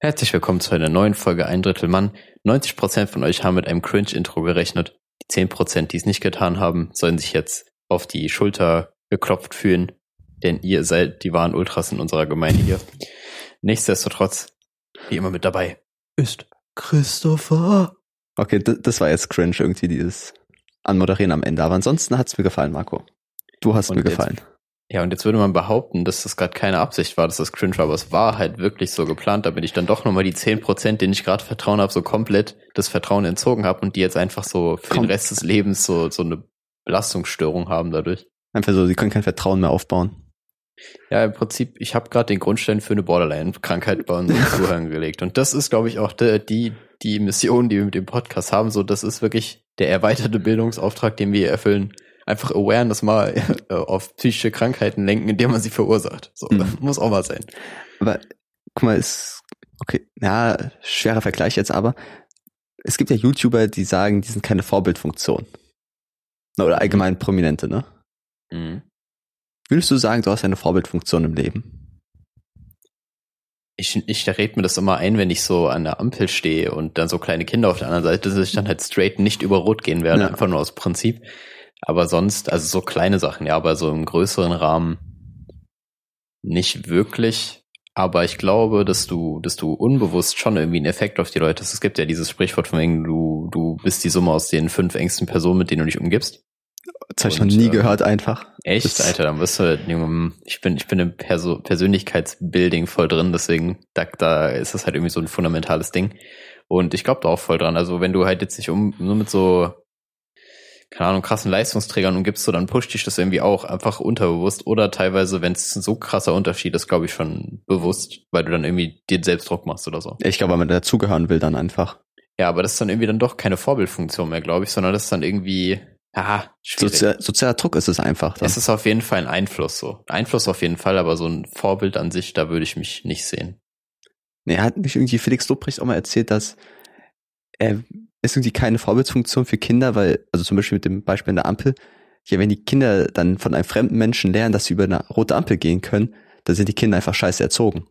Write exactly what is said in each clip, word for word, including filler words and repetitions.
Herzlich willkommen zu einer neuen Folge Ein Drittel Mann. neunzig Prozent von euch haben mit einem Cringe-Intro gerechnet. Die zehn Prozent, die es nicht getan haben, sollen sich jetzt auf die Schulter geklopft fühlen, denn ihr seid die wahren Ultras in unserer Gemeinde hier. Nichtsdestotrotz, wie immer mit dabei, ist Christopher. Okay, d- das war jetzt cringe irgendwie, dieses Anmoderieren am Ende. Aber ansonsten hat's mir gefallen, Marco. Du hast Und mir jetzt- gefallen. Ja, und jetzt würde man behaupten, dass das gerade keine Absicht war, dass das cringe war, aber es war halt wirklich so geplant, damit ich dann doch nochmal die zehn Prozent, denen ich gerade Vertrauen habe, so komplett das Vertrauen entzogen habe und die jetzt einfach so für Komm. den Rest des Lebens so so eine Belastungsstörung haben dadurch. Einfach so, sie können kein Vertrauen mehr aufbauen. Ja, im Prinzip, ich habe gerade den Grundstein für eine Borderline-Krankheit bei unseren Zuhörern gelegt. Und das ist, glaube ich, auch de, die die Mission, die wir mit dem Podcast haben. So, das ist wirklich der erweiterte Bildungsauftrag, den wir hier erfüllen. Einfach Awareness mal äh, auf psychische Krankheiten lenken, indem man sie verursacht. So, Mhm. das muss auch mal sein. Aber guck mal, ist okay, ja, schwerer Vergleich jetzt, aber es gibt ja YouTuber, die sagen, die sind keine Vorbildfunktion. Oder allgemein Prominente, ne? Mhm. Würdest du sagen, du hast eine Vorbildfunktion im Leben? Ich, ich rede mir das immer ein, wenn ich so an der Ampel stehe und dann so kleine Kinder auf der anderen Seite, dass ich dann halt straight nicht über Rot gehen werde, Ja. einfach nur aus Prinzip. Aber sonst, also so kleine Sachen, ja, aber so im größeren Rahmen nicht wirklich. Aber ich glaube, dass du, dass du unbewusst schon irgendwie einen Effekt auf die Leute hast. Es gibt ja dieses Sprichwort von wegen, du, du bist die Summe aus den fünf engsten Personen, mit denen du dich umgibst. Das habe ich Und, noch nie äh, gehört einfach. Echt, Das- Alter, dann wirst du, ich bin, ich bin im Perso- Persönlichkeitsbuilding voll drin, deswegen, da, da ist das halt irgendwie so ein fundamentales Ding. Und ich glaube da auch voll dran. Also wenn du halt jetzt nicht um, nur mit so, keine Ahnung, krassen Leistungsträgern umgibst, so, dann pusht dich das irgendwie auch einfach unterbewusst. Oder teilweise, wenn es ein so krasser Unterschied ist, glaube ich schon bewusst, weil du dann irgendwie dir selbst Druck machst oder so. Ich glaube, weil man dazugehören will dann einfach. Ja, aber das ist dann irgendwie dann doch keine Vorbildfunktion mehr, glaube ich, sondern das ist dann irgendwie, ah, schwierig. Sozial, sozialer Druck ist es einfach. Dann. Es ist auf jeden Fall ein Einfluss so. Einfluss auf jeden Fall, aber so ein Vorbild an sich, da würde ich mich nicht sehen. Nee, hat nicht irgendwie Felix Lobrecht auch mal erzählt, dass er ist irgendwie keine Vorbildsfunktion für Kinder, weil, also zum Beispiel mit dem Beispiel in der Ampel, ja, wenn die Kinder dann von einem fremden Menschen lernen, dass sie über eine rote Ampel gehen können, dann sind die Kinder einfach scheiße erzogen.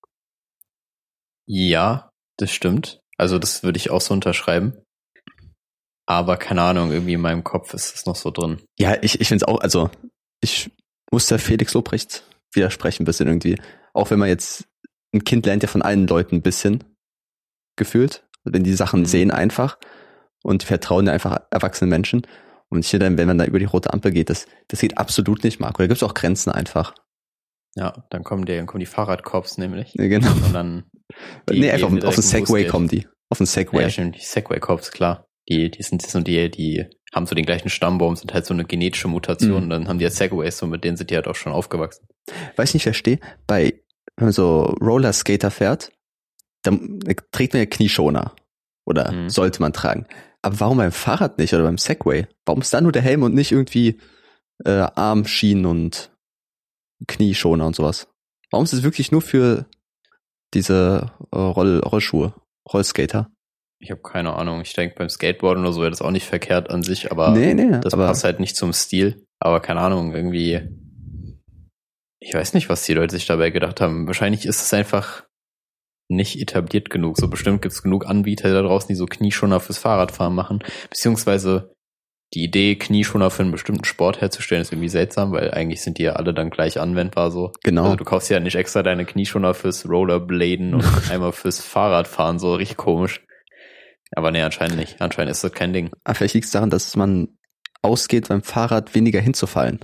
Ja, das stimmt. Also das würde ich auch so unterschreiben. Aber keine Ahnung, irgendwie in meinem Kopf ist es noch so drin. Ja, ich, ich finde es auch, also ich muss da Felix Lobrecht widersprechen ein bisschen irgendwie. Auch wenn man jetzt, ein Kind lernt ja von allen Leuten ein bisschen gefühlt, wenn die Sachen Mhm. sehen einfach und vertrauen ja einfach erwachsenen Menschen. Und hier dann, wenn man da über die rote Ampel geht, das, das geht absolut nicht, Marco. Da gibt es auch Grenzen einfach. Ja, dann kommen die, dann kommen die Fahrradkorps nämlich. Ja, genau. Und dann die- nee, einfach die auf, auf den direkt im Segway Bus kommen die. Auf den Ja, Segway. stimmt, die Segway-Korps, klar. Die, die sind so die, die haben so den gleichen Stammbaum, sind halt so eine genetische Mutation. Mhm. Und dann haben die ja Segways, so mit denen sind die halt auch schon aufgewachsen. Weiß ich nicht, verstehe. Bei, wenn man so Rollerskater fährt, dann trägt man ja Knieschoner. Oder Mhm. sollte man tragen. Aber warum beim Fahrrad nicht oder beim Segway? Warum ist da nur der Helm und nicht irgendwie äh, Armschienen und Knieschoner und sowas? Warum ist es wirklich nur für diese äh, Roll Rollschuhe, Rollskater? Ich habe keine Ahnung. Ich denke, beim Skateboarden oder so wäre das auch nicht verkehrt an sich, aber nee, nee, das aber passt halt nicht zum Stil. Aber keine Ahnung, irgendwie, ich weiß nicht, was die Leute sich dabei gedacht haben. Wahrscheinlich ist es einfach nicht etabliert genug. So bestimmt gibt es genug Anbieter da draußen, die so Knieschoner fürs Fahrradfahren machen. Beziehungsweise die Idee, Knieschoner für einen bestimmten Sport herzustellen, ist irgendwie seltsam, weil eigentlich sind die ja alle dann gleich anwendbar so. genau. Also du kaufst ja nicht extra deine Knieschoner fürs Rollerbladen und einmal fürs Fahrradfahren, so richtig komisch. Aber nee, anscheinend nicht. Anscheinend ist das kein Ding. Aber vielleicht liegt es daran, dass man ausgeht, beim Fahrrad weniger hinzufallen.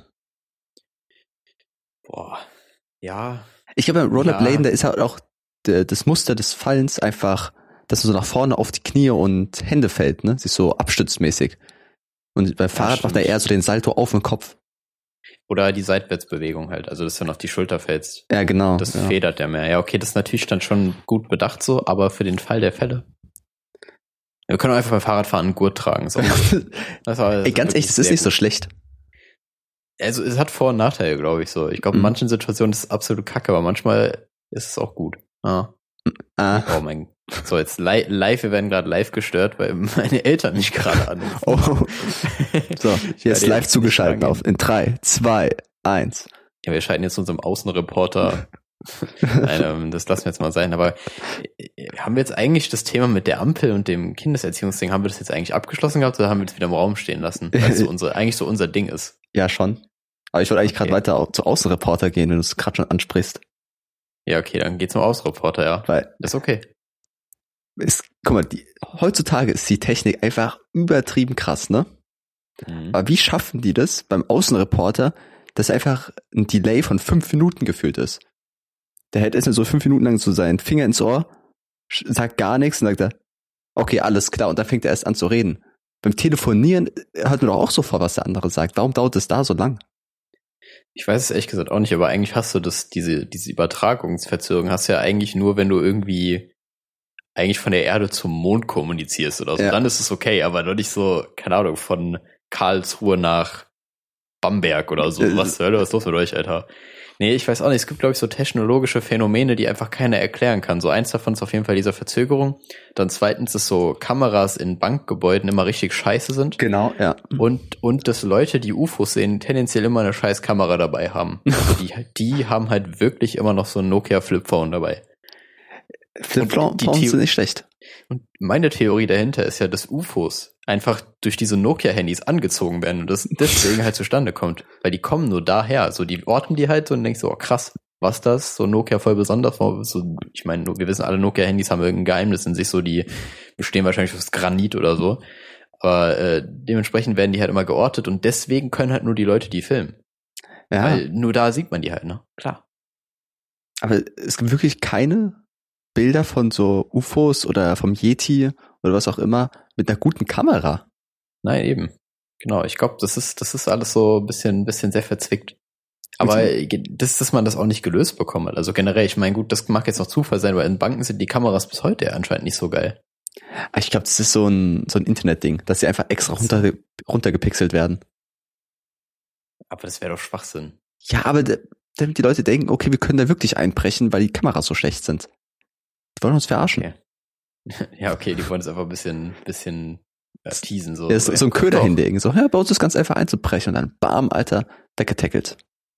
Boah. Ja. Ich glaube, beim Rollerbladen, Ja. da ist halt auch de, das Muster des Fallens einfach, dass man so nach vorne auf die Knie und Hände fällt, ne? Sie ist so abstützmäßig. Und beim Fahrrad macht er stimmt. eher so den Salto auf den Kopf. Oder die Seitwärtsbewegung halt. Also, dass du dann auf die Schulter fällst. Ja, genau. Das ja. federt ja mehr. Ja, okay, das ist natürlich dann schon gut bedacht so, aber für den Fall der Fälle. Wir können auch einfach beim Fahrradfahren einen Gurt tragen. So. Das war, Ey, ganz ehrlich, das ist nicht so schlecht. Also, es hat Vor- und Nachteile, glaube ich so. Ich glaube, in Mhm. manchen Situationen ist es absolut kacke, aber manchmal ist es auch gut. Ah. Ah. Oh mein So, jetzt li- live, wir werden gerade live gestört, weil meine Eltern mich gerade anrufen. Oh. So, hier ist Ja, die- live zugeschaltet auf in drei, zwei, eins. Ja, wir schalten jetzt unserem Außenreporter Nein, ähm, das lassen wir jetzt mal sein. Aber äh, haben wir jetzt eigentlich das Thema mit der Ampel und dem Kindeserziehungsding, haben wir das jetzt eigentlich abgeschlossen gehabt oder haben wir das wieder im Raum stehen lassen? Weil es so unsere, eigentlich so unser Ding ist. Ja, schon. Aber ich wollte eigentlich Okay. gerade weiter au- zu Außenreporter gehen, wenn du es gerade schon ansprichst. Ja, okay, dann geht's zum Ausreporter, ja. Weil Das ist okay. es, guck mal, die, heutzutage ist die Technik einfach übertrieben krass, ne? Mhm. Aber wie schaffen die das beim Außenreporter, dass einfach ein Delay von fünf Minuten gefühlt ist? Der hält erst so fünf Minuten lang so seinen Finger ins Ohr, sch- sagt gar nichts und sagt er, okay, alles klar, und dann fängt er erst an zu reden. Beim Telefonieren hört man doch auch sofort, was der andere sagt. Warum dauert es da so lang? Ich weiß es ehrlich gesagt auch nicht, aber eigentlich hast du das, diese, diese Übertragungsverzögerung hast du ja eigentlich nur, wenn du irgendwie eigentlich von der Erde zum Mond kommunizierst oder so. Ja. Dann ist es okay, aber doch nicht so, keine Ahnung, von Karlsruhe nach Bamberg oder so. Äh, Was zur Hölle, was ist los mit euch, Alter? Nee, ich weiß auch nicht. Es gibt, glaube ich, so technologische Phänomene, die einfach keiner erklären kann. So eins davon ist auf jeden Fall diese Verzögerung. Dann zweitens ist so Kameras in Bankgebäuden immer richtig scheiße sind. Genau, ja. Und, und dass Leute, die U F Os sehen, tendenziell immer eine scheiß Kamera dabei haben. Also die, die haben halt wirklich immer noch so ein Nokia Flipphone dabei. Flip-Phones die Theo- sind nicht schlecht. Und meine Theorie dahinter ist ja, dass U F Os einfach durch diese Nokia-Handys angezogen werden und das deswegen halt zustande kommt. Weil die kommen nur daher. So, die orten die halt so und denkst so, oh krass, was das? So Nokia voll besonders. So, ich meine, wir wissen alle, Nokia-Handys haben irgendein Geheimnis in sich, so die bestehen wahrscheinlich aus Granit oder so. Aber äh, dementsprechend werden die halt immer geortet und deswegen können halt nur die Leute die filmen. Ja, Weil nur da sieht man die halt, ne? Klar. aber es gibt wirklich keine Bilder von so U F Os oder vom Yeti oder was auch immer mit einer guten Kamera. Nein, eben. Genau, ich glaube, das ist, das ist alles so ein bisschen, bisschen sehr verzwickt. Aber das, dass man das auch nicht gelöst bekommen hat. Also generell, ich meine, gut, das mag jetzt noch Zufall sein, weil in Banken sind die Kameras bis heute anscheinend nicht so geil. Ich glaube, das ist so ein, so ein Internetding, dass sie einfach extra runter, runtergepixelt werden. Aber das wäre doch Schwachsinn. Ja, aber d- damit die Leute denken, okay, wir können da wirklich einbrechen, weil die Kameras so schlecht sind. Die wollen uns verarschen. Okay. Ja, okay, die wollen es einfach ein bisschen, bisschen äh, teasen. So, Ja, ist so, so ein Köder doch. hinlegen. So, ja, bei uns ist ganz einfach einzubrechen und dann bam, Alter, weggetackelt.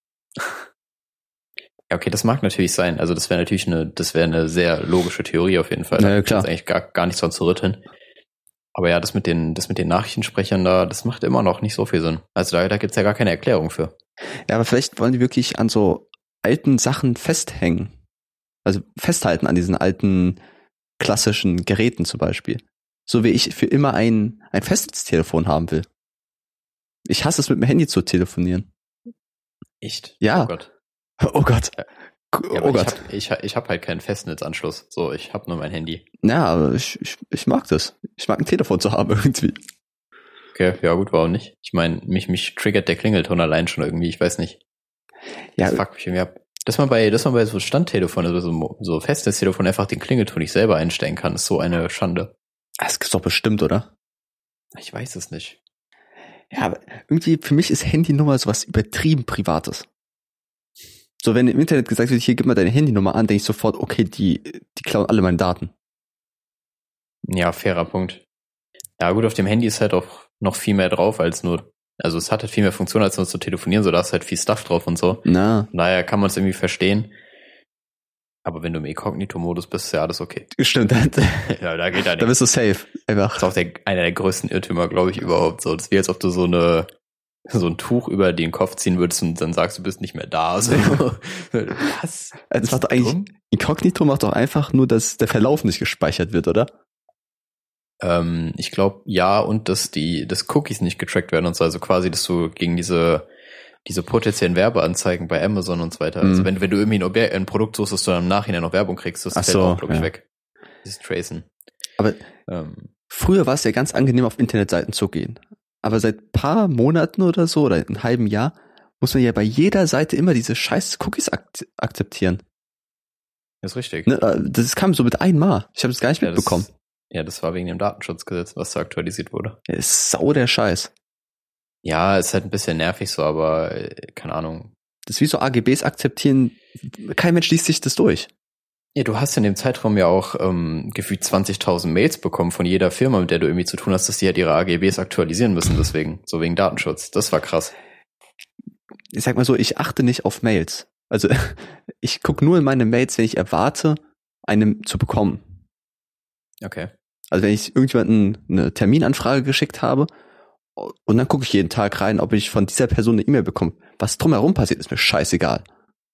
Ja, okay, das mag natürlich sein. Also das wäre natürlich eine, das wäre eine sehr logische Theorie auf jeden Fall. Na ja, Da gibt's klar. eigentlich gar, gar nichts dran zu rütteln. Aber ja, das mit den, das mit den Nachrichtensprechern da, das macht immer noch nicht so viel Sinn. Also da, da gibt's ja gar keine Erklärung für. Ja, aber vielleicht wollen die wirklich an so alten Sachen festhängen. Also festhalten an diesen alten klassischen Geräten zum Beispiel. So wie ich für immer ein, ein Festnetztelefon haben will. Ich hasse es, mit dem Handy zu telefonieren. Echt? Ja. Oh Gott. Oh Gott. Ja, Oh aber Gott. ich habe ich, ich hab halt keinen Festnetzanschluss. So, ich habe nur mein Handy. Ja, aber ich, ich, ich mag das. Ich mag ein Telefon zu haben irgendwie. Okay, ja gut, warum nicht? Ich meine, mich, mich triggert der Klingelton allein schon irgendwie, ich weiß nicht. Ja, Das fuckt mich irgendwie ab. Dass man bei, dass man bei so Standtelefon oder so, so Festnetztelefon einfach den Klingelton nicht selber einstellen kann, ist so eine Schande. das gibt's doch bestimmt, oder? Ich weiß es nicht. Ja, aber irgendwie für mich ist Handynummer sowas übertrieben Privates. So, wenn im Internet gesagt wird, hier, gib mal deine Handynummer an, denke ich sofort, okay, die, die klauen alle meine Daten. Ja, fairer Punkt. Ja gut, auf dem Handy ist halt auch noch viel mehr drauf als nur, also es hat halt viel mehr Funktion als nur zu telefonieren, so da ist halt viel Stuff drauf und so. Na, Von daher kann man es irgendwie verstehen. Aber wenn du im Inkognito-Modus bist, ist ja alles okay. stimmt, da, Ja, da geht ja da nichts. bist du safe. Einfach. Das ist auch der, einer der größten Irrtümer, glaube ich, überhaupt. So, das ist wie als ob du so eine, so ein Tuch über den Kopf ziehen würdest und dann sagst, du bist nicht mehr da. So. Was? Das macht doch eigentlich, dumm? Inkognito macht doch einfach nur, dass der Verlauf nicht gespeichert wird, oder? Ähm, ich glaube, ja, und dass die, dass Cookies nicht getrackt werden und so, also quasi, dass du gegen diese, diese potenziellen Werbeanzeigen bei Amazon und so weiter, also Mhm. wenn, wenn du irgendwie ein, Objekt, ein Produkt suchst, dass du dann im Nachhinein noch Werbung kriegst, das Ach fällt so, auch, glaube ich, ja. weg. Dieses Tracen. Aber Ähm, früher war es ja ganz angenehm, auf Internetseiten zu gehen. Aber seit paar Monaten oder so, oder einem halben Jahr, muss man ja bei jeder Seite immer diese scheiß Cookies ak- akzeptieren. ist richtig. Ne? Das kam so mit einmal. Ich habe es gar nicht Ja, mitbekommen. das, ja, das war wegen dem Datenschutzgesetz, was da aktualisiert wurde. Ja, ist sau der Scheiß. Ja, ist halt ein bisschen nervig so, aber äh, keine Ahnung. Das ist wie so A G Bs akzeptieren. Kein Mensch liest sich das durch. Ja, du hast in dem Zeitraum ja auch ähm, gefühlt zwanzigtausend Mails bekommen von jeder Firma, mit der du irgendwie zu tun hast, dass die halt ihre A G Bs aktualisieren müssen, deswegen, so wegen Datenschutz. Das war krass. Ich sag mal so, ich achte nicht auf Mails. Also ich gucke nur in meine Mails, wenn ich erwarte, eine zu bekommen. Okay. Also wenn ich irgendjemanden eine Terminanfrage geschickt habe und dann gucke ich jeden Tag rein, ob ich von dieser Person eine E-Mail bekomme. Was drumherum passiert, ist mir scheißegal.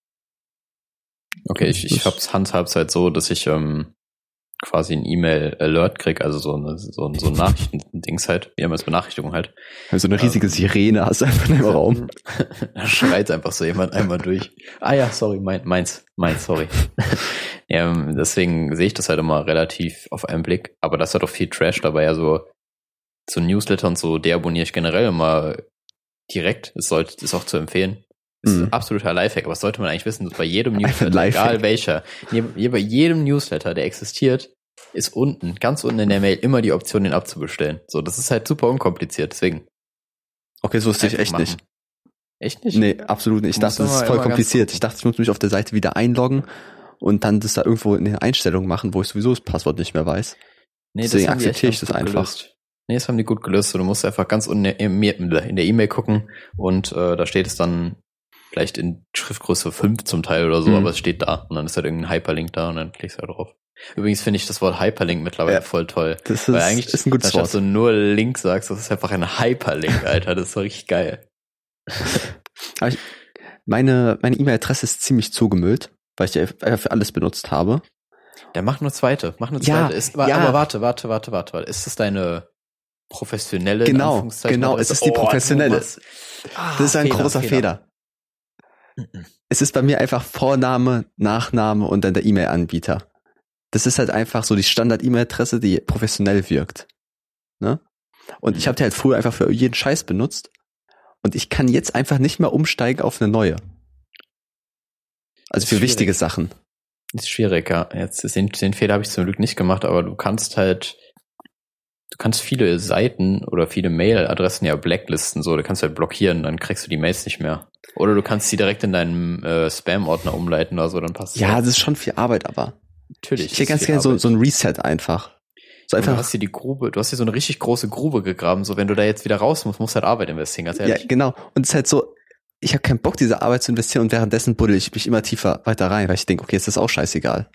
Okay, ich, ich hab's handhab's halt so, dass ich ähm, quasi ein E-Mail-Alert krieg, also so eine so ein so ein Nachrichtendings halt, wie immer als Benachrichtigung halt. Also eine riesige ähm, Sirene hast du einfach in dem Raum. Da schreit einfach so jemand einmal durch. Ah ja, sorry, mein, meins, meins, sorry. Ja, deswegen sehe ich das halt immer relativ auf einen Blick, aber das hat auch viel Trash dabei, also so Newsletter und so, deabonniere ich generell immer direkt. Es sollte, ist auch zu empfehlen. Das ist ein absoluter Lifehack, aber das sollte man eigentlich wissen, dass bei jedem Newsletter, egal welcher, bei jedem Newsletter, der existiert, ist unten, ganz unten in der Mail immer die Option, den abzubestellen. So, das ist halt super unkompliziert, deswegen. Okay, so wusste ich echt machen. nicht. Echt nicht? Nee, absolut nicht. Ich dachte, das ist voll kompliziert. Ich dachte, ich muss mich auf der Seite wieder einloggen und dann das da irgendwo in den Einstellungen machen, wo ich sowieso das Passwort nicht mehr weiß. Nee, deswegen akzeptiere ich das einfach. Gelöst. Nee, das haben die gut gelöst. Du musst einfach ganz unten in der E-Mail gucken und äh, da steht es dann vielleicht in Schriftgröße fünf zum Teil oder so, mhm. aber es steht da und dann ist halt irgendein Hyperlink da und dann klickst du halt drauf. Übrigens finde ich das Wort Hyperlink mittlerweile ja, voll toll. Das ist, weil eigentlich, ist ein gutes Wort. Dass du nur Link sagst, das ist einfach ein Hyperlink, Alter. Das ist so richtig geil. Aber ich, meine meine E-Mail-Adresse ist ziemlich zugemüllt, weil ich die einfach für alles benutzt habe. Der macht nur zweite. Mach nur ja, zweite. Ist, aber, ja. aber warte, warte, warte, warte, warte. Ist das deine professionelle? Genau, genau. Es ist die professionelle. Oh, ah, das ist ein Fehler, großer Fehler. Fehler. Es ist bei mir einfach Vorname, Nachname und dann der E-Mail-Anbieter. Das ist halt einfach so die Standard-E-Mail-Adresse, die professionell wirkt. Ne? Und mhm. ich habe die halt früher einfach für jeden Scheiß benutzt. Und ich kann jetzt einfach nicht mehr umsteigen auf eine neue. Also für schwierig. Wichtige Sachen. Ist schwierig, ja. Jetzt den, den Fehler habe ich zum Glück nicht gemacht, aber du kannst halt, du kannst viele Seiten oder viele Mail-Adressen ja blacklisten, so, du kannst halt blockieren, dann kriegst du die Mails nicht mehr. Oder du kannst sie direkt in deinen äh, Spam-Ordner umleiten oder so, dann passt es. Ja, halt. das ist schon viel Arbeit, aber. Natürlich. Ich hätte ganz gerne so, so ein Reset einfach. So einfach. Du hast hier die Grube, du hast hier so eine richtig große Grube gegraben, so wenn du da jetzt wieder raus musst, musst du halt Arbeit investieren, ganz ehrlich. Ja, genau. Und es ist halt so, ich habe keinen Bock, diese Arbeit zu investieren und währenddessen buddel ich mich immer tiefer weiter rein, weil ich denke, okay, jetzt ist das auch scheißegal.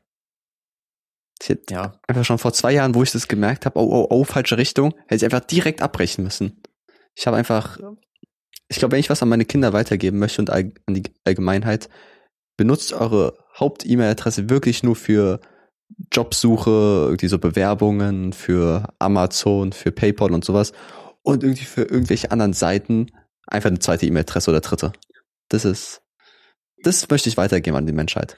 Ich hätte ja. einfach schon vor zwei Jahren, wo ich das gemerkt habe, oh, oh, oh, falsche Richtung, hätte ich einfach direkt abbrechen müssen. Ich habe einfach, ich glaube, wenn ich was an meine Kinder weitergeben möchte und all, an die Allgemeinheit, benutzt eure Haupt-E-Mail-Adresse wirklich nur für Jobsuche, irgendwie so Bewerbungen, für Amazon, für PayPal und sowas und irgendwie für irgendwelche anderen Seiten einfach eine zweite E-Mail-Adresse oder dritte. Das ist, das möchte ich weitergeben an die Menschheit.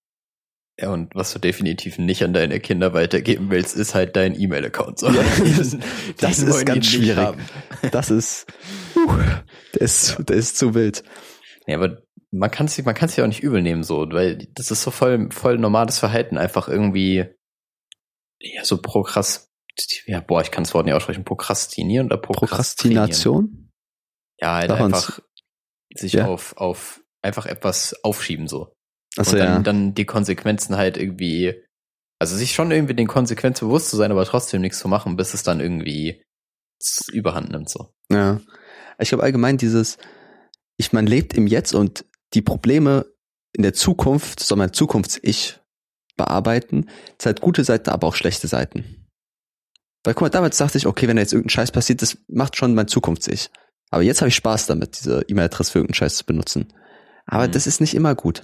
Ja, und was du definitiv nicht an deine Kinder weitergeben willst, ist halt dein E-Mail-Account. So. Ja, das, das ist ganz schwierig. Das ist, uh, der ist, ja. der ist zu wild. Ja, aber man kann sich, man kann sich auch nicht übel nehmen, so, weil das ist so voll, voll normales Verhalten, einfach irgendwie, ja, so prokrast, ja, boah, ich kann das Wort nicht aussprechen, prokrastinieren oder Prokrastination? Ja, halt einfach sich ja. auf, auf, einfach etwas aufschieben, so. Achso, und dann, ja. dann die Konsequenzen halt irgendwie, also sich schon irgendwie den Konsequenzen bewusst zu sein, aber trotzdem nichts zu machen, bis es dann irgendwie überhand nimmt, so. Ja. Ich glaube allgemein dieses, ich, man lebt im Jetzt und die Probleme in der Zukunft soll mein Zukunfts-Ich bearbeiten. Es hat gute Seiten, aber auch schlechte Seiten. Weil guck mal, damals dachte ich, okay, wenn da jetzt irgendein Scheiß passiert, das macht schon mein Zukunfts-Ich. Aber jetzt habe ich Spaß damit, diese E-Mail-Adresse für irgendeinen Scheiß zu benutzen. Aber mhm. das ist nicht immer gut.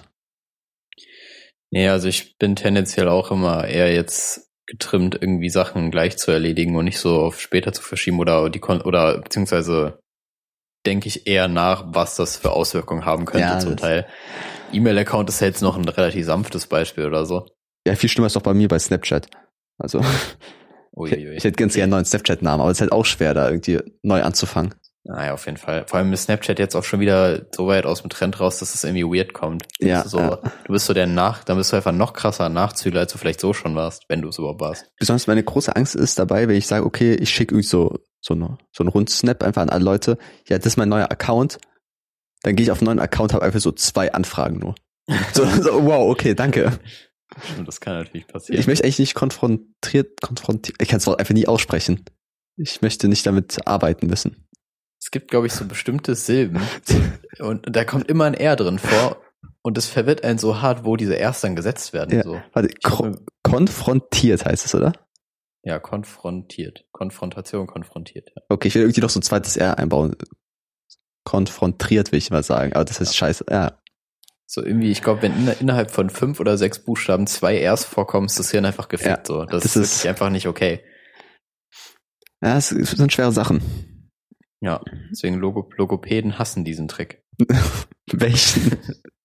Nee, also ich bin tendenziell auch immer eher jetzt getrimmt, irgendwie Sachen gleich zu erledigen und nicht so auf später zu verschieben oder die Kon- oder beziehungsweise denke ich eher nach, was das für Auswirkungen haben könnte ja, zum Teil. E-Mail-Account ist jetzt noch ein relativ sanftes Beispiel oder so. Ja, viel schlimmer ist doch bei mir bei Snapchat. Also Uiuiui. ich, ich hätte ganz gerne einen neuen Snapchat-Namen, aber es ist halt auch schwer, da irgendwie neu anzufangen. Naja, auf jeden Fall. Vor allem ist Snapchat jetzt auch schon wieder so weit aus dem Trend raus, dass es irgendwie weird kommt. Ja, du, so, ja. du bist so der Nach, dann bist du einfach noch krasser Nachzügler, als du vielleicht so schon warst, wenn du es überhaupt warst. Besonders meine große Angst ist dabei, wenn ich sage, okay, ich schicke irgendwie so so eine so einen Rund-Snap einfach an alle Leute. Ja, das ist mein neuer Account. Dann gehe ich auf einen neuen Account, habe einfach so zwei Anfragen nur. so, so, wow, okay, danke. Das kann natürlich passieren. Ich möchte eigentlich nicht konfrontiert, konfrontiert, ich kann das Wort einfach nie aussprechen. Ich möchte nicht damit arbeiten müssen. Es gibt, glaube ich, so bestimmte Silben und da kommt immer ein R drin vor und es verwirrt einen so hart, wo diese Rs dann gesetzt werden. Ja, so. warte, ko- konfrontiert heißt es, oder? Ja, konfrontiert. Konfrontation konfrontiert. Ja. Okay, ich will irgendwie noch so ein zweites R einbauen. Konfrontiert will ich mal sagen, aber das heißt ja. Scheiße. Ja. So irgendwie, ich glaube, wenn in, innerhalb von fünf oder sechs Buchstaben zwei Rs vorkommen, ist das Hirn einfach gefickt. Ja, so. Das, das ist wirklich einfach nicht okay. Ja, es sind schwere Sachen. Ja, deswegen Logo- Logopäden hassen diesen Trick. Welchen?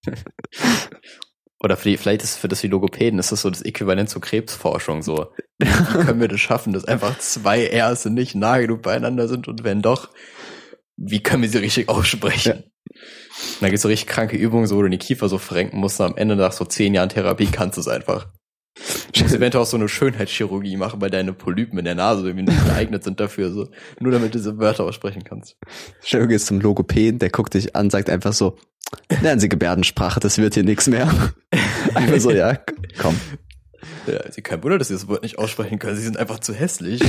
Oder für die, vielleicht ist für das wie Logopäden, ist das so das Äquivalent zur Krebsforschung so. Wie können wir das schaffen, dass einfach zwei R's nicht nah genug beieinander sind und wenn doch, wie können wir sie richtig aussprechen? Ja. Da gibt's so richtig kranke Übungen, so wo du den Kiefer so verrenken musst und am Ende nach so zehn Jahren Therapie kannst du es einfach. Du musst eventuell auch so eine Schönheitschirurgie machen, weil deine Polypen in der Nase irgendwie nicht geeignet sind dafür, so. Nur damit du diese Wörter aussprechen kannst. Stell dir jetzt zum Logopäden, der guckt dich an, sagt einfach so, lernen Sie Gebärdensprache, das wird hier nichts mehr. Einfach so, ja, komm. Ja, Sie kein Wunder, dass Sie das Wort nicht aussprechen können, Sie sind einfach zu hässlich.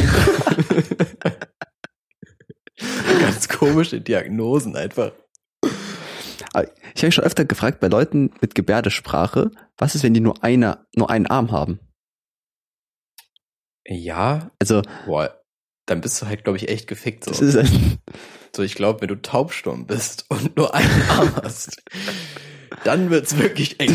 Ganz komische Diagnosen einfach. Ich habe mich schon öfter gefragt, bei Leuten mit Gebärdensprache, was ist, wenn die nur eine, nur einen Arm haben? Ja. Also. Boah, dann bist du halt, glaube ich, echt gefickt. So. Das ist ein so, ich glaube, wenn du taubstumm bist und nur einen Arm hast, dann wird's wirklich eng.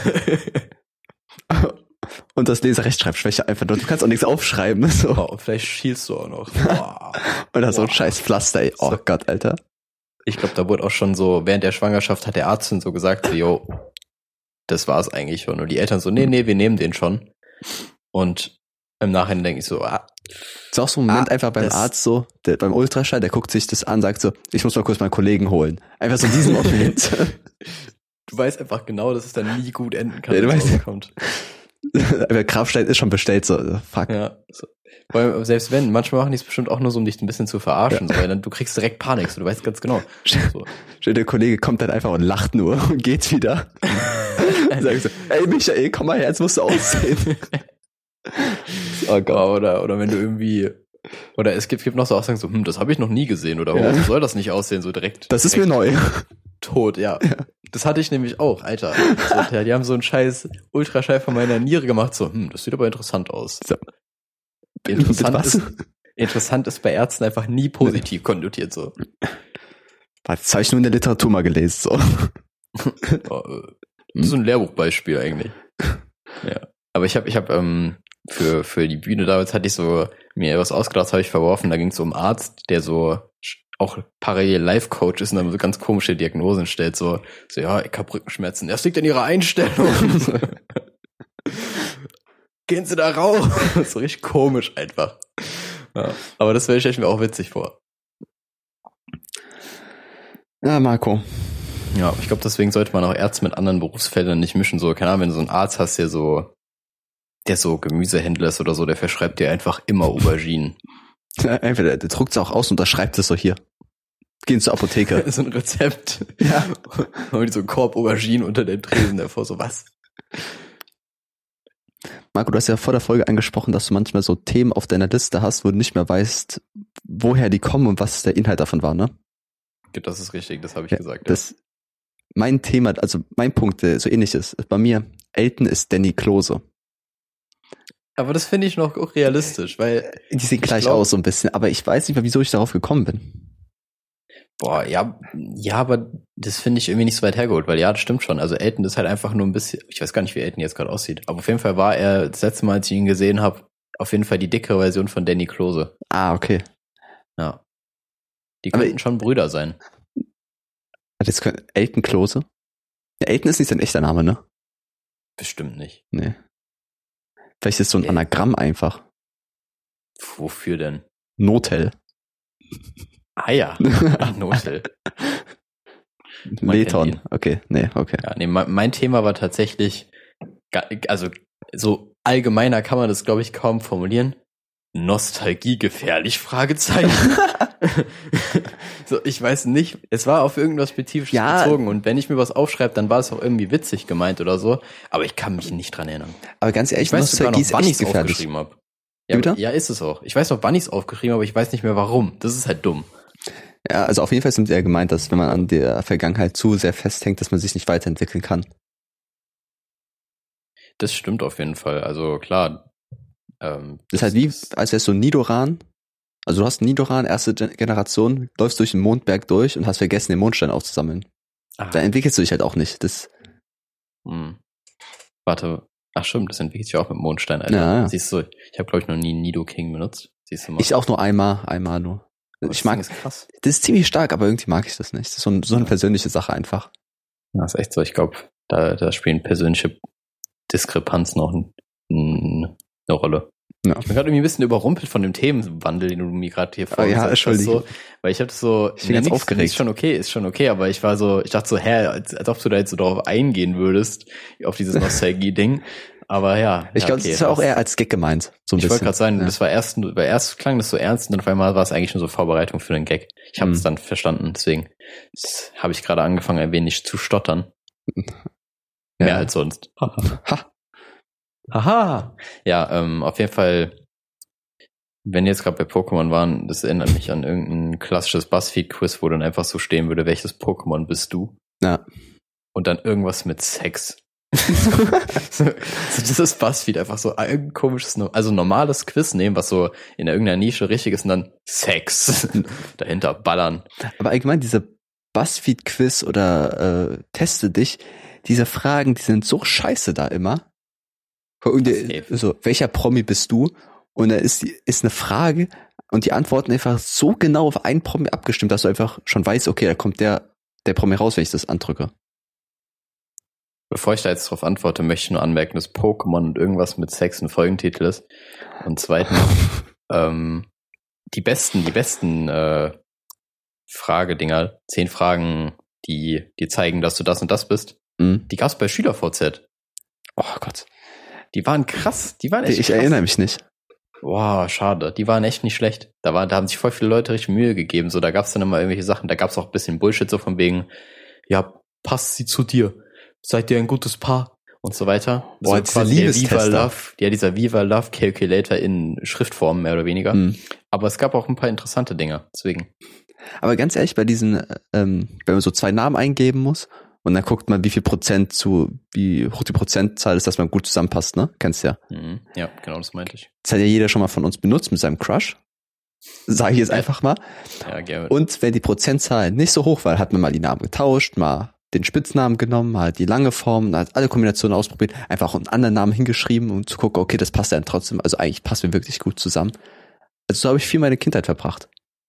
Und das Leserechtschreibschwäche einfach nur. Du kannst auch nichts aufschreiben. So. Oh, vielleicht schielst du auch noch. Boah. Oder so ein scheiß Pflaster, ey. Oh so. Gott, Alter. Ich glaube, da wurde auch schon so, während der Schwangerschaft hat der Arzt dann so gesagt, so, yo, das war's eigentlich schon. Und die Eltern so, nee, nee, wir nehmen den schon. Und im Nachhinein denke ich so, ah. Ist auch so ein Moment ah, einfach beim Arzt so, der, beim Ultraschall, der guckt sich das an, sagt so, ich muss mal kurz meinen Kollegen holen. Einfach so diesen Moment. Du weißt einfach genau, dass es dann nie gut enden kann, ja, wenn es rauskommt. Der Grabstein ist schon bestellt, so, fuck. Ja, so. Weil selbst wenn, manchmal machen die es bestimmt auch nur so, um dich ein bisschen zu verarschen, ja. So, weil dann, du kriegst direkt Panik, so, du weißt ganz genau. So. Der Kollege kommt dann einfach und lacht nur und geht wieder. Sag so, ey Michael, komm mal her, jetzt musst du aussehen. Oh Gott. Oder, oder wenn du irgendwie, oder es gibt, gibt noch so Aussagen so, hm, das habe ich noch nie gesehen, oder ja. oh, soll das nicht aussehen, so direkt. Das direkt ist mir neu. Tot, ja. ja. Das hatte ich nämlich auch, Alter. So, ja, die haben so einen scheiß Ultraschall von meiner Niere gemacht, so, hm, das sieht aber interessant aus. So. Interessant ist, interessant ist bei Ärzten einfach nie positiv konnotiert, so. Das habe ich nur in der Literatur mal gelesen, so. Das ist so ein Lehrbuchbeispiel eigentlich. Ja. Aber ich habe, ich habe, ähm, für, für die Bühne damals hatte ich so, mir was ausgedacht, habe ich verworfen, da ging es so um einen Arzt, der so auch parallel Life-Coach ist und dann so ganz komische Diagnosen stellt, so, so ja, ich hab Rückenschmerzen, das liegt an ihrer Einstellung. Gehen Sie da raus. So richtig komisch einfach. Ja, aber das stelle ich mir auch witzig vor. Ja, Marco. Ja, ich glaube, deswegen sollte man auch Ärzte mit anderen Berufsfeldern nicht mischen. So, keine Ahnung, wenn du so einen Arzt hast, der so, der so Gemüsehändler ist oder so, der verschreibt dir einfach immer Auberginen. Ja, entweder der druckt es auch aus und unterschreibt es so hier. Gehen zur Apotheke. So ein Rezept. Ja. Und so ein Korb Auberginen unter dem Tresen davor, so was. Marco, du hast ja vor der Folge angesprochen, dass du manchmal so Themen auf deiner Liste hast, wo du nicht mehr weißt, woher die kommen und was der Inhalt davon war, ne? Das ist richtig, das habe ich ja, gesagt. Das, ja. Mein Thema, also mein Punkt, der so ähnlich ist, ist bei mir, Elton ist Danny Klose. Aber das finde ich noch auch realistisch, weil... Die sehen gleich glaub, aus so ein bisschen, aber ich weiß nicht mehr, wieso ich darauf gekommen bin. Boah, ja, ja, aber das finde ich irgendwie nicht so weit hergeholt, weil ja, das stimmt schon. Also Elton ist halt einfach nur ein bisschen, ich weiß gar nicht, wie Elton jetzt gerade aussieht, aber auf jeden Fall war er, das letzte Mal, als ich ihn gesehen habe, auf jeden Fall die dickere Version von Danny Klose. Ah, okay. Ja. Die könnten aber schon Brüder sein. Das können, Elton Klose? Ja, Elton ist nicht sein echter Name, ne? Bestimmt nicht. Nee. Vielleicht ist so ein Anagramm einfach. Wofür denn? Notel. Ah ja, Notel. Leton, okay, nee, okay. Ja, nee, mein Thema war tatsächlich, also so allgemeiner kann man das, glaube ich, kaum formulieren. Nostalgie gefährlich? Fragezeichen. So, ich weiß nicht, es war auf irgendwas Spezifisches ja, bezogen und wenn ich mir was aufschreibe, dann war es auch irgendwie witzig gemeint oder so, aber ich kann mich nicht dran erinnern. Aber ganz ehrlich, ich weiß sogar noch, wann ich es gefährlich. aufgeschrieben habe. Ja, ja, ist es auch. Ich weiß noch, wann ich es aufgeschrieben habe, aber ich weiß nicht mehr warum. Das ist halt dumm. Ja, also auf jeden Fall sind ja gemeint, dass wenn man an der Vergangenheit zu sehr festhängt, dass man sich nicht weiterentwickeln kann. Das stimmt auf jeden Fall. Also klar. Ähm, das ist halt wie, als wärst du Nidoran. Also du hast Nidoran, erste Generation, läufst durch den Mondberg durch und hast vergessen, den Mondstein aufzusammeln. Ah. Da entwickelst du dich halt auch nicht. Das. Hm. Warte. Ach stimmt, das entwickelt sich auch mit Mondstein, Alter. Ja, ja. Siehst du, ich habe glaube ich noch nie Nidoking benutzt. Siehst du mal. Ich auch nur einmal, einmal nur. Aber ich mag, das ist krass. Das ist ziemlich stark, aber irgendwie mag ich das nicht. Das ist so, ein, so eine persönliche Sache einfach. Ja, ist echt so. Ich glaube, da, da spielen persönliche Diskrepanzen noch ein, ein, eine Rolle. Ja. Ich bin gerade irgendwie ein bisschen überrumpelt von dem Themenwandel, den du mir gerade hier vorgestellt hast. Ja, so, weil ich habe das so, ich bin ganz nix, aufgeregt. Ist schon okay, ist schon okay, aber ich war so, ich dachte so, hä, als, als ob du da jetzt so darauf eingehen würdest, auf dieses Nostalgie-Ding. Aber ja. Ich ja, glaube, okay, das ist ja auch eher als Gag gemeint. So ein ich wollte gerade sagen, ja. das war erst, weil erst klang das so ernst und auf einmal war es eigentlich nur so Vorbereitung für den Gag. Ich habe es hm. dann verstanden, deswegen habe ich gerade angefangen, ein wenig zu stottern. Ja. Mehr als sonst. Ha. Haha. Ja, ähm, auf jeden Fall, wenn jetzt gerade bei Pokémon waren, das erinnert mich an irgendein klassisches BuzzFeed-Quiz, wo dann einfach so stehen würde, welches Pokémon bist du? Ja. Und dann irgendwas mit Sex. so, das ist BuzzFeed einfach so ein komisches, also normales Quiz nehmen, was so in irgendeiner Nische richtig ist und dann Sex dahinter ballern. Aber allgemein diese BuzzFeed-Quiz oder äh, Teste dich, diese Fragen, die sind so scheiße da immer. So, welcher Promi bist du? Und da ist, ist eine Frage und die Antworten einfach so genau auf einen Promi abgestimmt, dass du einfach schon weißt, okay, da kommt der, der Promi raus, wenn ich das andrücke. Bevor ich da jetzt drauf antworte, möchte ich nur anmerken, dass Pokémon und irgendwas mit Sex ein Folgentitel ist. Und zweitens, ähm, die besten, die besten äh, Fragedinger, zehn Fragen, die dir zeigen, dass du das und das bist, mhm. die gab's bei SchülerVZ. Oh Gott. Die waren krass, die waren echt Ich krass. erinnere mich nicht. Wow, schade. Die waren echt nicht schlecht. Da war, da haben sich voll viele Leute richtig Mühe gegeben. So, da gab's dann immer irgendwelche Sachen. Da gab's auch ein bisschen Bullshit so von wegen, ja, passt sie zu dir? Seid ihr ein gutes Paar? Und so weiter. Boah, so diese Liebestester. Viva Love, ja, dieser Viva Love Calculator in Schriftform mehr oder weniger. Hm. Aber es gab auch ein paar interessante Dinge. Deswegen. Aber ganz ehrlich, bei diesen, ähm, wenn man so zwei Namen eingeben muss und dann guckt man, wie viel Prozent zu, wie hoch die Prozentzahl ist, dass man gut zusammenpasst, ne? Kennst du ja. Mhm. Ja, genau, das meinte ich. Das hat ja jeder schon mal von uns benutzt mit seinem Crush. Sage ich jetzt ja. einfach mal. Ja, gerne. Und wenn die Prozentzahl nicht so hoch war, hat man mal die Namen getauscht, mal den Spitznamen genommen, mal die lange Form, hat alle Kombinationen ausprobiert, einfach einen anderen Namen hingeschrieben, um zu gucken, okay, das passt dann trotzdem, also eigentlich passen wir wirklich gut zusammen. Also so habe ich viel meine Kindheit verbracht.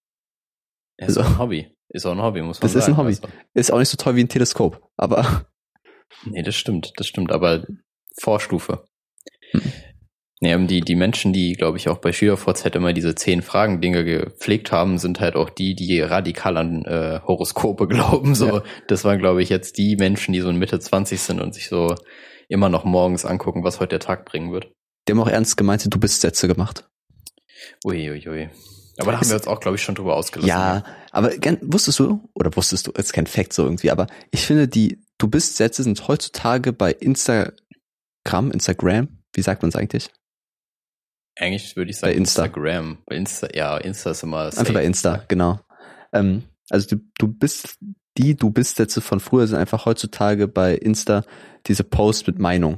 Ja, ist also, auch ein Hobby. Ist auch ein Hobby, muss man das sagen. Das ist ein Hobby. Also. Ist auch nicht so toll wie ein Teleskop, aber... Nee, das stimmt, das stimmt, aber Vorstufe. Hm. Ja, die, die Menschen, die, glaube ich, auch bei SchülerVZ immer diese zehn Fragen-Dinger gepflegt haben, sind halt auch die, die radikal an äh, Horoskope glauben. So, ja. Das waren, glaube ich, jetzt die Menschen, die so in Mitte zwanzig sind und sich so immer noch morgens angucken, was heute der Tag bringen wird. Die haben auch ernst gemeinte Du-Bist-Sätze gemacht. Ui, ui, ui. Aber da haben wir uns auch, glaube ich, schon drüber ausgelassen. Ja, aber wusstest du, oder wusstest du, ist kein Fact so irgendwie, aber ich finde, die Du-Bist-Sätze sind heutzutage bei Instagram, Instagram, wie sagt man es eigentlich? Eigentlich würde ich sagen bei Insta. Instagram. Bei Insta, ja, Insta ist immer safe. Einfach bei Insta, genau. Ähm, also du, du bist, die Du bist Sätze von früher sind einfach heutzutage bei Insta diese Posts mit Meinung.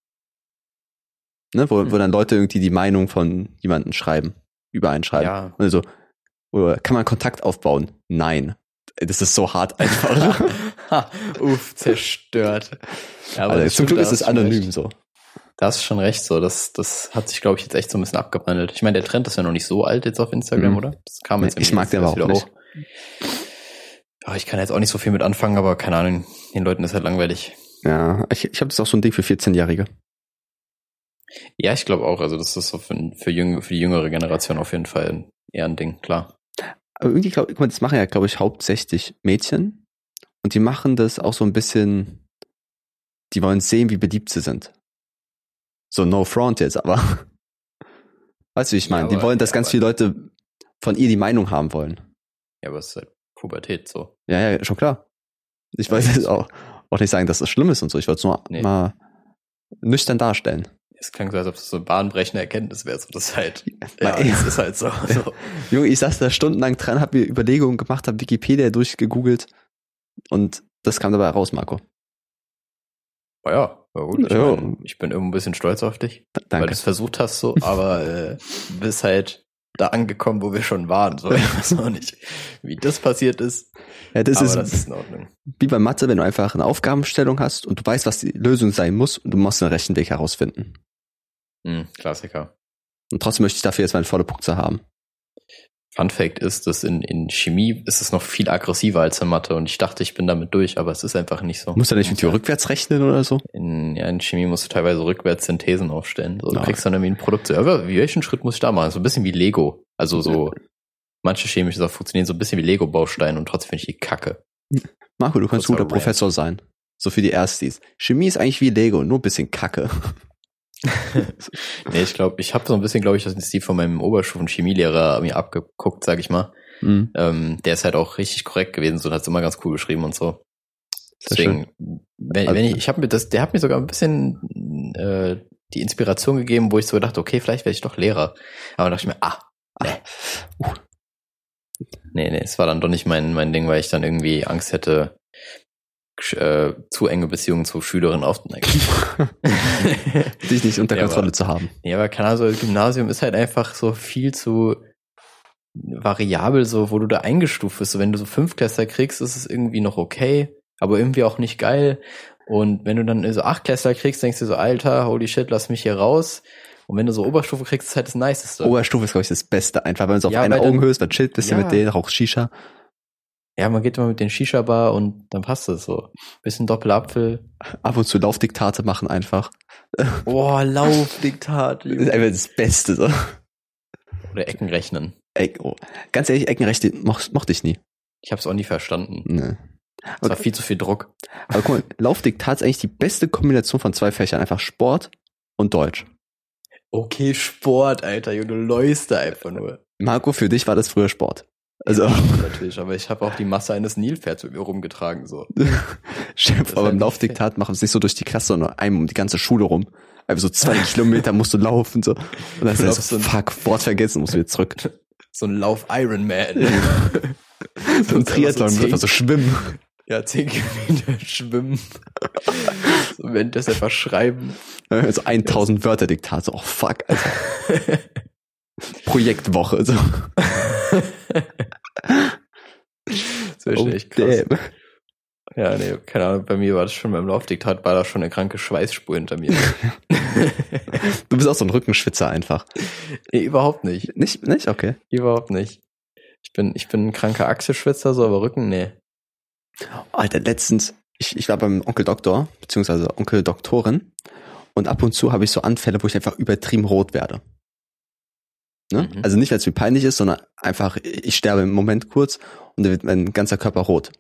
Ne, wo, hm. wo dann Leute irgendwie die Meinung von jemandem schreiben, über einen schreiben. Ja. Und so, oder kann man Kontakt aufbauen? Nein. Das ist so hart einfach. ha, uff, zerstört. Ja, aber also, zum Glück ist es anonym recht. So. Da hast du schon recht, so. Das, das hat sich, glaube ich, jetzt echt so ein bisschen abgewandelt. Ich meine, der Trend ist ja noch nicht so alt jetzt auf Instagram, mhm. oder? Das kam jetzt nee, ich mag den aber auch nicht. Hoch. Ja, ich kann jetzt auch nicht so viel mit anfangen, aber keine Ahnung, den Leuten ist halt langweilig. Ja, ich, ich habe das auch so ein Ding für vierzehnjährige. Ja, ich glaube auch. Also das ist so für, für, jüng, für die jüngere Generation auf jeden Fall eher ein Ding, klar. Aber irgendwie, glaube ich, das machen ja, glaube ich, hauptsächlich Mädchen. Und die machen das auch so ein bisschen, die wollen sehen, wie beliebt sie sind. So no front jetzt, aber weißt du, wie ich meine? Ja, die wollen, dass ja, ganz viele Leute von ihr die Meinung haben wollen. Ja, aber es ist halt Pubertät so. Ja, ja, schon klar. Ich ja, wollte jetzt auch, auch nicht sagen, dass das schlimm ist und so. Ich wollte es nur nee. mal nüchtern darstellen. Es klang so, als ob es so eine bahnbrechende Erkenntnis wäre. So, das halt, ja, es ist halt so. so. Junge, ich saß da stundenlang dran, hab mir Überlegungen gemacht, hab Wikipedia durchgegoogelt und das kam dabei raus, Marco. Oh ja, Ja gut, ich, Ja. mein, ich bin irgendwo ein bisschen stolz auf dich, Danke. weil du es versucht hast so, aber äh, du bist halt da angekommen, wo wir schon waren. So, ich weiß auch nicht, wie das passiert ist, Ja, das aber ist, das ist in Ordnung. wie bei Mathe, wenn du einfach eine Aufgabenstellung hast und du weißt, was die Lösung sein muss und du musst den rechten Weg herausfinden. Hm, Klassiker. Und trotzdem möchte ich dafür jetzt meine volle Punkte haben. Fun Fact ist, dass in, in Chemie ist es noch viel aggressiver als in Mathe und ich dachte, ich bin damit durch, aber es ist einfach nicht so. Musst du nicht mit dir rückwärts rechnen oder so? In, ja, in Chemie musst du teilweise rückwärts Synthesen aufstellen. So, du Ja. kriegst dann irgendwie ein Produkt. So, ja, wie, welchen Schritt muss ich da machen? So ein bisschen wie Lego. Also so, manche chemische Sachen funktionieren so ein bisschen wie Lego-Bausteine und trotzdem finde ich die Kacke. Marco, du kannst ein Total guter rant. Professor sein. So für die Erstis. Chemie ist eigentlich wie Lego, nur ein bisschen Kacke. Nee, ich glaube, ich habe so ein bisschen, glaube ich, das Stil von meinem Oberstufen-Chemielehrer mir abgeguckt, sag ich mal. Mhm. Ähm, der ist halt auch richtig korrekt gewesen, so hat es immer ganz cool beschrieben und so. Sehr Deswegen, wenn, wenn ich, ich habe mir das, der hat mir sogar ein bisschen äh, die Inspiration gegeben, wo ich so dachte, okay, vielleicht werde ich doch Lehrer. Aber dann dachte ich mir, ah, nee. Uh. Nee, nee, es war dann doch nicht mein, mein Ding, weil ich dann irgendwie Angst hätte, äh, zu enge Beziehungen zu Schülerinnen aufzunehmen. Dich nicht unter Ja, Kontrolle aber- zu haben. Ja, aber keine Ahnung, so das Gymnasium ist halt einfach so viel zu variabel, so wo du da eingestuft bist. So wenn du so Fünftklässler kriegst, ist es irgendwie noch okay, aber irgendwie auch nicht geil. Und wenn du dann so Achtklässler kriegst, denkst du so, Alter, holy shit, lass mich hier raus. Und wenn du so Oberstufe kriegst, ist halt das Niceste. Oberstufe ist, glaube ich, das Beste. Einfach, wenn man so auf Ja, einer weil dann- Augenhöhe ist, man chillt ein bisschen Ja. mit denen, raucht Shisha. Ja, man geht immer mit den Shisha-Bar und dann passt es so. Bisschen Doppelapfel. Ab und zu Laufdiktate machen einfach. Boah, Laufdiktat. Das ist einfach das Beste. So. Oder Ecken rechnen. Ey, oh. Ganz ehrlich, Eckenrechte moch, mochte ich nie. Ich hab's auch nie verstanden. Nee. Es war viel zu viel Druck. Aber guck mal, Laufdiktat ist eigentlich die beste Kombination von zwei Fächern. Einfach Sport und Deutsch. Okay, Sport, Alter, Junge, du läufst da einfach nur. Marco, für dich war das früher Sport. Also, Ja, natürlich, aber ich habe auch die Masse eines Nilpferds mit mir rumgetragen, so. stell dir Das vor, ist beim halt Laufdiktat machen wir es nicht so durch die Klasse, sondern einmal um die ganze Schule rum. Einfach so zwei Kilometer musst du laufen, so. Und dann ist Du das läufst so, so- fuck, Wort vergessen, musst du wieder zurück. So ein Lauf-Ironman. So ein Triathlon, so so, zehn, so schwimmen. ja, zehn Kilometer schwimmen. So während das einfach schreiben. So tausend Wörter Diktat, so, oh fuck, Alter. Projektwoche, so. Das wäre schon Oh, echt krass. damn. Ja, nee, keine Ahnung, bei mir war das schon beim Laufdiktat, war da schon eine kranke Schweißspur hinter mir. Du bist auch so ein Rückenschwitzer einfach. Nee, überhaupt nicht. Nicht, nicht? Okay. Überhaupt nicht. Ich bin, ich bin ein kranker Achselschwitzer, so, aber Rücken, nee. Alter, letztens, ich, ich war beim Onkel Doktor, beziehungsweise Onkel Doktorin, und ab und zu habe ich so Anfälle, wo ich einfach übertrieben rot werde. Ne? Mhm. Also nicht, weil es mir peinlich ist, sondern einfach, ich sterbe im Moment kurz und dann wird mein ganzer Körper rot.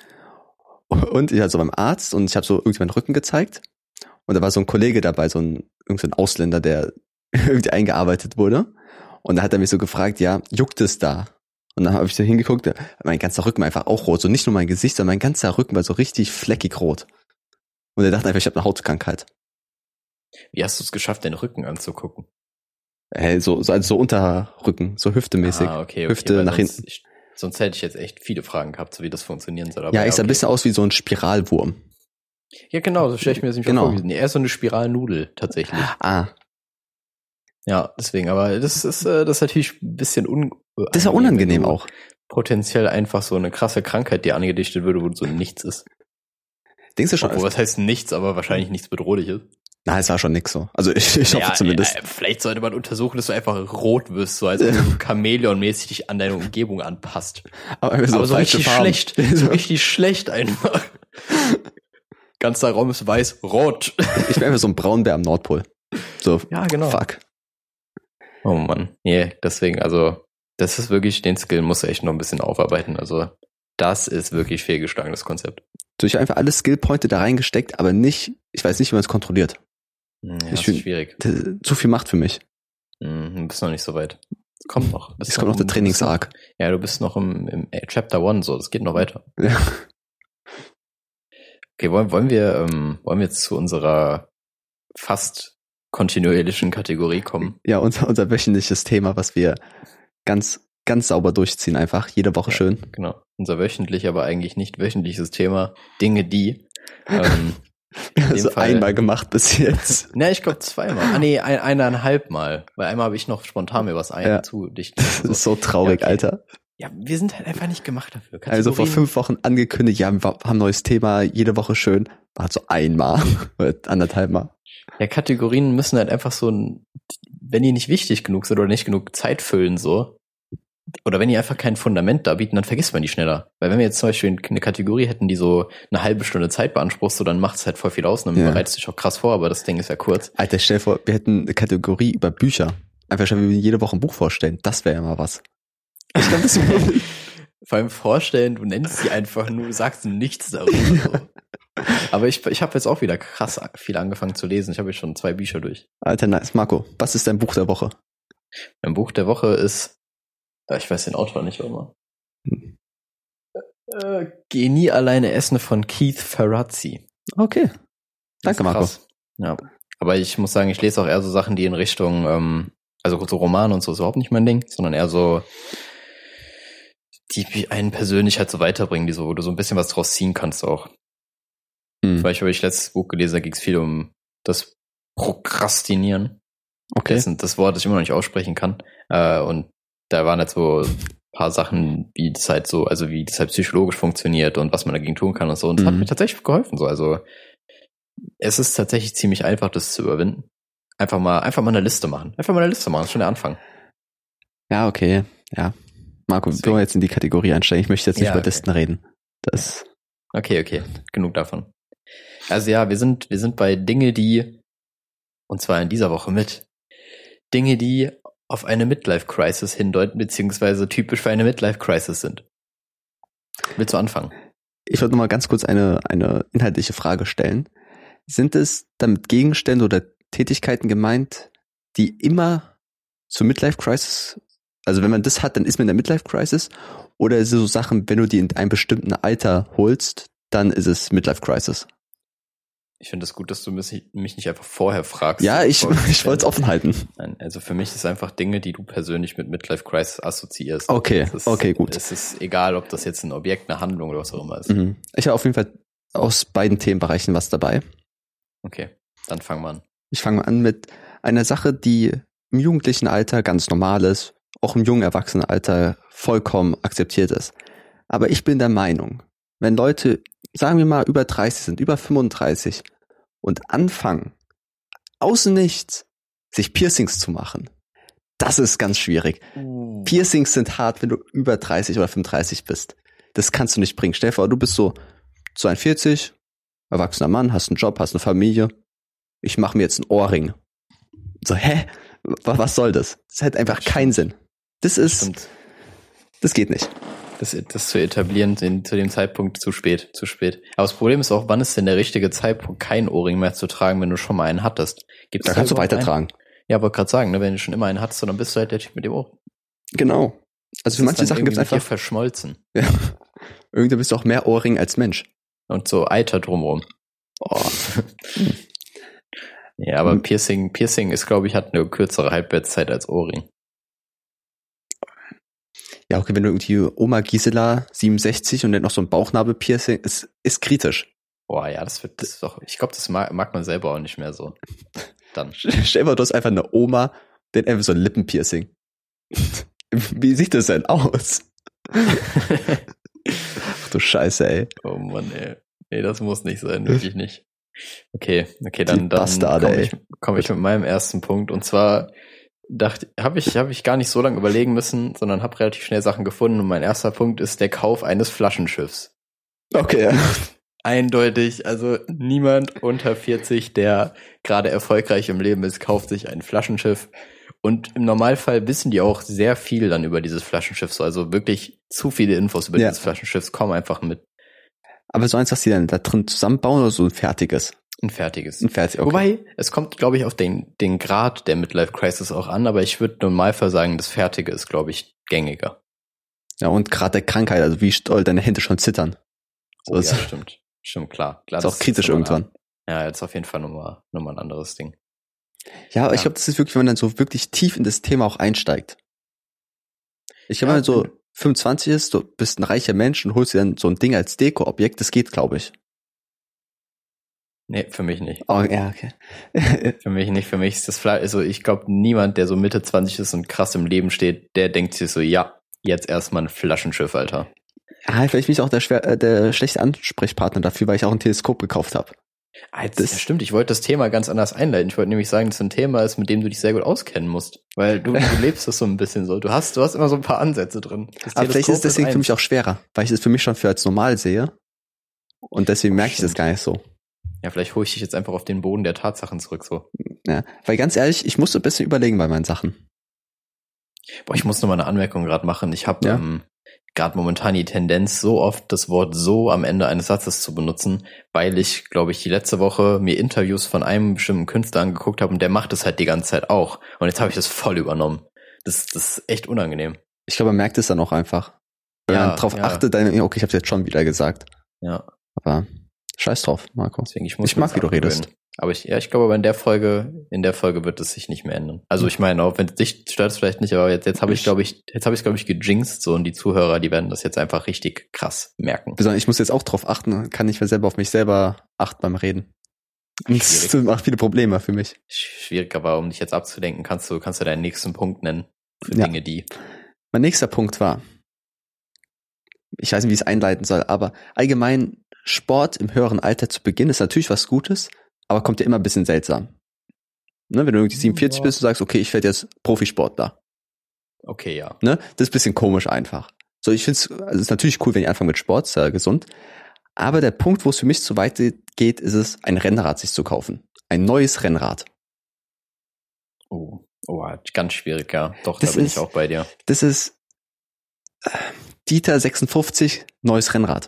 Und ich war so beim Arzt und ich habe so irgendwie meinen Rücken gezeigt und da war so ein Kollege dabei, so ein, irgend so ein Ausländer, der irgendwie eingearbeitet wurde. Und da hat er mich so gefragt, ja, juckt es da? Und dann habe ich so hingeguckt, mein ganzer Rücken war einfach auch rot. So nicht nur mein Gesicht, sondern mein ganzer Rücken war so richtig fleckig rot. Und er dachte einfach, ich habe eine Hautkrankheit. Wie hast du es geschafft, deinen Rücken anzugucken? Hey, so, so, also so Unterrücken, so hüftemäßig. Ah, okay, okay, Hüfte weil nach sonst, hinten. Ich, sonst hätte ich jetzt echt viele Fragen gehabt, so wie das funktionieren soll. Aber Ja, ich sah okay. ein bisschen aus wie so ein Spiralwurm. Ja, genau, so stelle ich mir das nicht Genau. vor. Nee, er ist so eine Spiralnudel, tatsächlich. Ah, Ja, deswegen, aber das ist, äh, das ist natürlich ein bisschen un das ist ja unangenehm wenn du auch. Potenziell einfach so eine krasse Krankheit, die angedichtet würde, wo so nichts ist. Denkst du schon? Obwohl, was heißt nichts, aber wahrscheinlich nichts Bedrohliches. Na, es war schon nix so. Also ich, ich hoffe Ja, zumindest. Ja, vielleicht sollte man untersuchen, dass du einfach rot wirst, so als ob du Chamäleon-mäßig dich an deine Umgebung anpasst. Aber, Aber so falsche richtig Farben. schlecht. So richtig schlecht einfach. Ganzer Raum ist weiß, rot. Ich bin einfach so ein Braunbär am Nordpol. So, Ja, genau. fuck. Oh Mann. Nee, deswegen, also, das ist wirklich, den Skill musst du echt noch ein bisschen aufarbeiten. Also, das ist wirklich fehlgeschlagen, das Konzept. So, ich habe einfach alle Skillpointe da reingesteckt, aber nicht, ich weiß nicht, wie man es kontrolliert. Ja, Ich das ist find- schwierig. Das ist zu viel Macht für mich. Hm, Du bist noch nicht so weit. Es kommt noch. Bist Es kommt noch der im- Trainingsarg. Ja, du bist noch im, im äh, Chapter One, so, das geht noch weiter. Ja. Okay, wollen, wollen wir, ähm, wollen wir jetzt zu unserer fast kontinuierlichen Kategorie kommen? Ja, unser, unser wöchentliches Thema, was wir ganz, ganz sauber durchziehen, einfach jede Woche Ja. schön. Genau. Unser wöchentlich, aber eigentlich nicht wöchentliches Thema. Dinge, die. ähm, Also Fall, einmal gemacht bis jetzt. Ne, ich glaube zweimal. Ah nee, ein, eineinhalb Mal. Weil einmal habe ich noch spontan mir was ein Ja. zudichten. Das ist so traurig, ja, okay. Alter. Ja, wir sind halt einfach nicht gemacht dafür. Kategorien. Also vor fünf Wochen angekündigt, ja, wir haben ein neues Thema, jede Woche schön. War halt so einmal oder anderthalb Mal. Ja, Kategorien müssen halt einfach so ein, wenn die nicht wichtig genug sind oder nicht genug Zeit füllen, so, oder wenn die einfach kein Fundament darbieten, dann vergisst man die schneller. Weil wenn wir jetzt zum Beispiel eine Kategorie hätten, die so eine halbe Stunde Zeit beansprucht, so dann macht es halt voll viel aus und dann ja. bereitet sich auch krass vor, aber das Ding ist ja kurz. Alter, stell dir vor, wir hätten eine Kategorie über Bücher. Einfach schon, wie wir jede Woche ein Buch vorstellen. Das wäre ja mal was. Ich glaube, das vor allem vorstellen, du nennst sie einfach nur, sagst nichts darüber. So. Aber ich, ich habe jetzt auch wieder krass viel angefangen zu lesen. Ich habe jetzt schon zwei Bücher durch. Alter, nice. Marco, was ist dein Buch der Woche? Mein Buch der Woche ist, ich weiß den Autor nicht, warte mal. Hm. Äh, Geh nie alleine essen von Keith Ferrazzi. Okay. Danke, Marco. Ja, aber ich muss sagen, ich lese auch eher so Sachen, die in Richtung, ähm, also so Romane und so ist überhaupt nicht mein Ding, sondern eher so, die einen persönlich halt so weiterbringen, die so, wo du so ein bisschen was draus ziehen kannst auch. Hm. Zum Beispiel habe ich letztes Buch gelesen, da ging es viel um das Prokrastinieren. Okay. Das ist das Wort, das ich immer noch nicht aussprechen kann. Äh, und da waren halt so ein paar Sachen, wie das halt so, also wie das halt psychologisch funktioniert und was man dagegen tun kann und so. Und das mhm. hat mir tatsächlich geholfen. So, also es ist tatsächlich ziemlich einfach, das zu überwinden. Einfach mal, einfach mal eine Liste machen. Einfach mal eine Liste machen, das ist schon der Anfang. Ja, okay. Ja. Marco, Deswegen. wir wollen jetzt in die Kategorie einsteigen. Ich möchte jetzt nicht ja, über okay. Listen reden. Das. Okay, okay. Genug davon. Also ja, wir sind, wir sind bei Dinge, die, und zwar in dieser Woche mit, Dinge, die auf eine Midlife-Crisis hindeuten, beziehungsweise typisch für eine Midlife-Crisis sind. Willst du anfangen? Ich wollte noch mal ganz kurz eine, eine inhaltliche Frage stellen. Sind es damit Gegenstände oder Tätigkeiten gemeint, die immer zur Midlife-Crisis, also wenn man das hat, dann ist man in der Midlife-Crisis, oder ist es so Sachen, wenn du die in einem bestimmten Alter holst, dann ist es Midlife-Crisis? Ich finde es das gut, dass du mich nicht einfach vorher fragst. Ja, ich, ich wollte es offen halten. Nein, also für mich ist es einfach Dinge, die du persönlich mit Midlife Crisis assoziierst. Okay, ist, okay, gut. Es ist egal, ob das jetzt ein Objekt, eine Handlung oder was auch immer ist. Mhm. Ich habe auf jeden Fall aus beiden Themenbereichen was dabei. Okay, dann fangen wir an. Ich fange mal an mit einer Sache, die im jugendlichen Alter ganz normal ist, auch im jungen Erwachsenenalter vollkommen akzeptiert ist. Aber ich bin der Meinung, wenn Leute, sagen wir mal, über dreißig sind, über fünfunddreißig und anfangen, aus nichts, sich Piercings zu machen, das ist ganz schwierig. Mm. Piercings sind hart, wenn du über dreißig oder fünfunddreißig bist. Das kannst du nicht bringen. Stell dir vor, du bist so zweiundvierzig, erwachsener Mann, hast einen Job, hast eine Familie. Ich mache mir jetzt einen Ohrring. So, hä? Was soll das? Das hat einfach keinen Sinn. Das ist, Stimmt. das geht nicht. Das, das zu etablieren, den, zu dem Zeitpunkt zu spät, zu spät. Aber das Problem ist auch, wann ist denn der richtige Zeitpunkt, keinen Ohrring mehr zu tragen, wenn du schon mal einen hattest? Gibt's da kannst du weitertragen. Ja, wollte gerade sagen, ne, wenn du schon immer einen hattest, dann bist du halt der Typ mit dem Ohr. Genau. Also für manche Sachen gibt's einfach verschmolzen. Ja. Irgendwie bist du auch mehr Ohrring als Mensch. Und so Eiter drumrum. Oh. Ja, aber Piercing, Piercing ist, glaube ich, hat eine kürzere Halbwertszeit als Ohrring. Ja, okay, wenn du irgendwie Oma Gisela siebenundsechzig und dann noch so ein Bauchnabel-Piercing, ist, ist kritisch. Boah, ja, das wird, das ist doch, ich glaube, das mag, mag man selber auch nicht mehr so. Dann. Stell dir mal, du hast einfach eine Oma, den einfach so ein Lippenpiercing. Wie sieht das denn aus? Ach du Scheiße, ey. Oh Mann, ey. Nee, das muss nicht sein, wirklich nicht. Okay, okay, dann, dann Bastarde, komme ich, komm ich mit meinem ersten Punkt. Und zwar dachte, habe ich, habe ich gar nicht so lange überlegen müssen, sondern habe relativ schnell Sachen gefunden. Und mein erster Punkt ist der Kauf eines Flaschenschiffs. Okay. Eindeutig, also niemand unter vierzig, der gerade erfolgreich im Leben ist, kauft sich ein Flaschenschiff. Und im Normalfall wissen die auch sehr viel dann über dieses Flaschenschiff. So, also wirklich zu viele Infos über ja. dieses Flaschenschiff kommen einfach mit. Aber so eins, was die dann da drin zusammenbauen oder so ein fertiges? Ein fertiges. Ein fertiges, okay. Wobei, es kommt, glaube ich, auf den, den Grad der Midlife-Crisis auch an, aber ich würde im Normalfall sagen, das Fertige ist, glaube ich, gängiger. Ja, und gerade der Krankheit, also wie doll deine Hände schon zittern. So oh, ja, stimmt. Stimmt, klar. klar ist auch kritisch irgendwann. Ja, jetzt auf jeden Fall nochmal, nochmal ein anderes Ding. Ja, aber ja. ich glaube, das ist wirklich, wenn man dann so wirklich tief in das Thema auch einsteigt. Ich glaube, ja, wenn man so fünfundzwanzig ist, du bist ein reicher Mensch und holst dir dann so ein Ding als Deko-Objekt, das geht, glaube ich. Nee, für mich nicht. Oh, ja, okay. Für mich nicht, für mich ist das Fleisch, also ich glaube, niemand, der so Mitte zwanzig ist und krass im Leben steht, der denkt sich so, ja, jetzt erstmal ein Flaschenschiff, Alter. Ah, vielleicht bin ich auch der, schwer, äh, der schlechte Ansprechpartner dafür, weil ich auch ein Teleskop gekauft habe. Das, das stimmt, ich wollte das Thema ganz anders einleiten. Ich wollte nämlich sagen, dass es ein Thema ist, mit dem du dich sehr gut auskennen musst. Weil du, du lebst das so ein bisschen so. Du hast, du hast immer so ein paar Ansätze drin. Das Aber vielleicht ist es deswegen ist für mich auch schwerer, weil ich es für mich schon für als normal sehe. Und deswegen merke ich das gar nicht so. Ja, vielleicht hole ich dich jetzt einfach auf den Boden der Tatsachen zurück, so. Ja, weil ganz ehrlich, ich musste ein bisschen überlegen bei meinen Sachen. Boah, ich muss noch mal eine Anmerkung gerade machen. Ich habe ja? ähm, gerade momentan die Tendenz, so oft das Wort so am Ende eines Satzes zu benutzen, weil ich, glaube ich, die letzte Woche mir Interviews von einem bestimmten Künstler angeguckt habe und der macht es halt die ganze Zeit auch. Und jetzt habe ich das voll übernommen. Das, das ist echt unangenehm. Ich glaube, man merkt es dann auch einfach. Wenn ja, man drauf ja. achtet, dann, okay, ich habe es jetzt schon wieder gesagt. Ja. Aber scheiß drauf, Marco. Deswegen, ich muss ich mag, wie du redest. Aber ich, ja, ich glaube, aber in der Folge, in der Folge wird es sich nicht mehr ändern. Also ich meine, auch wenn es dich stört, es vielleicht nicht, aber jetzt, jetzt habe ich, glaube ich, jetzt habe ich, glaube ich, gejinxt so und die Zuhörer, die werden das jetzt einfach richtig krass merken. Besonders, ich muss jetzt auch drauf achten, kann ich selber auf mich selber achten beim Reden. Das macht viele Probleme für mich. Schwierig, aber um dich jetzt abzulenken, kannst du, kannst du deinen nächsten Punkt nennen für ja. Dinge, die. Mein nächster Punkt war, ich weiß nicht, wie ich es einleiten soll, aber allgemein Sport im höheren Alter zu Beginn ist natürlich was Gutes, aber kommt ja immer ein bisschen seltsam. Ne, wenn du irgendwie siebenundvierzig ja. bist, du sagst, okay, ich werde jetzt Profisportler. Okay, ja. Ne, das ist ein bisschen komisch einfach. So, ich finde es, also es ist natürlich cool, wenn ich anfange mit Sport, ist ja gesund. Aber der Punkt, wo es für mich zu weit geht, ist es, ein Rennrad sich zu kaufen. Ein neues Rennrad. Oh, oh ganz schwierig, ja. Doch, das da bin ist, ich auch bei dir. Das ist äh, Dieter sechsundfünfzig, neues Rennrad.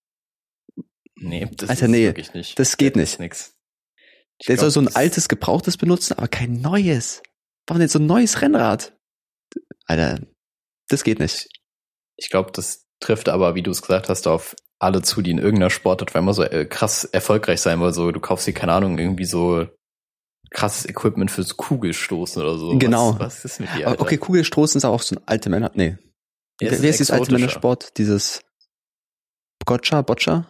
Nee, das Alter, ist nee, wirklich nicht. Das geht das nicht. Ist nix. Ich Der glaub, soll so ein altes, gebrauchtes benutzen, aber kein neues. Warum denn so ein neues Rennrad? Alter, das geht nicht. Ich glaube, das trifft aber, wie du es gesagt hast, auf alle zu, die in irgendeiner Sportart weil immer so äh, krass erfolgreich sein wollen. So, du kaufst dir, keine Ahnung, irgendwie so krasses Equipment fürs Kugelstoßen oder so. Genau. Was, was ist mit dir, Alter? Okay, Kugelstoßen ist auch so ein alte Männer. Nee. Ja, Wer ist dieses alte Männersport? Dieses Gotcha, Boccia?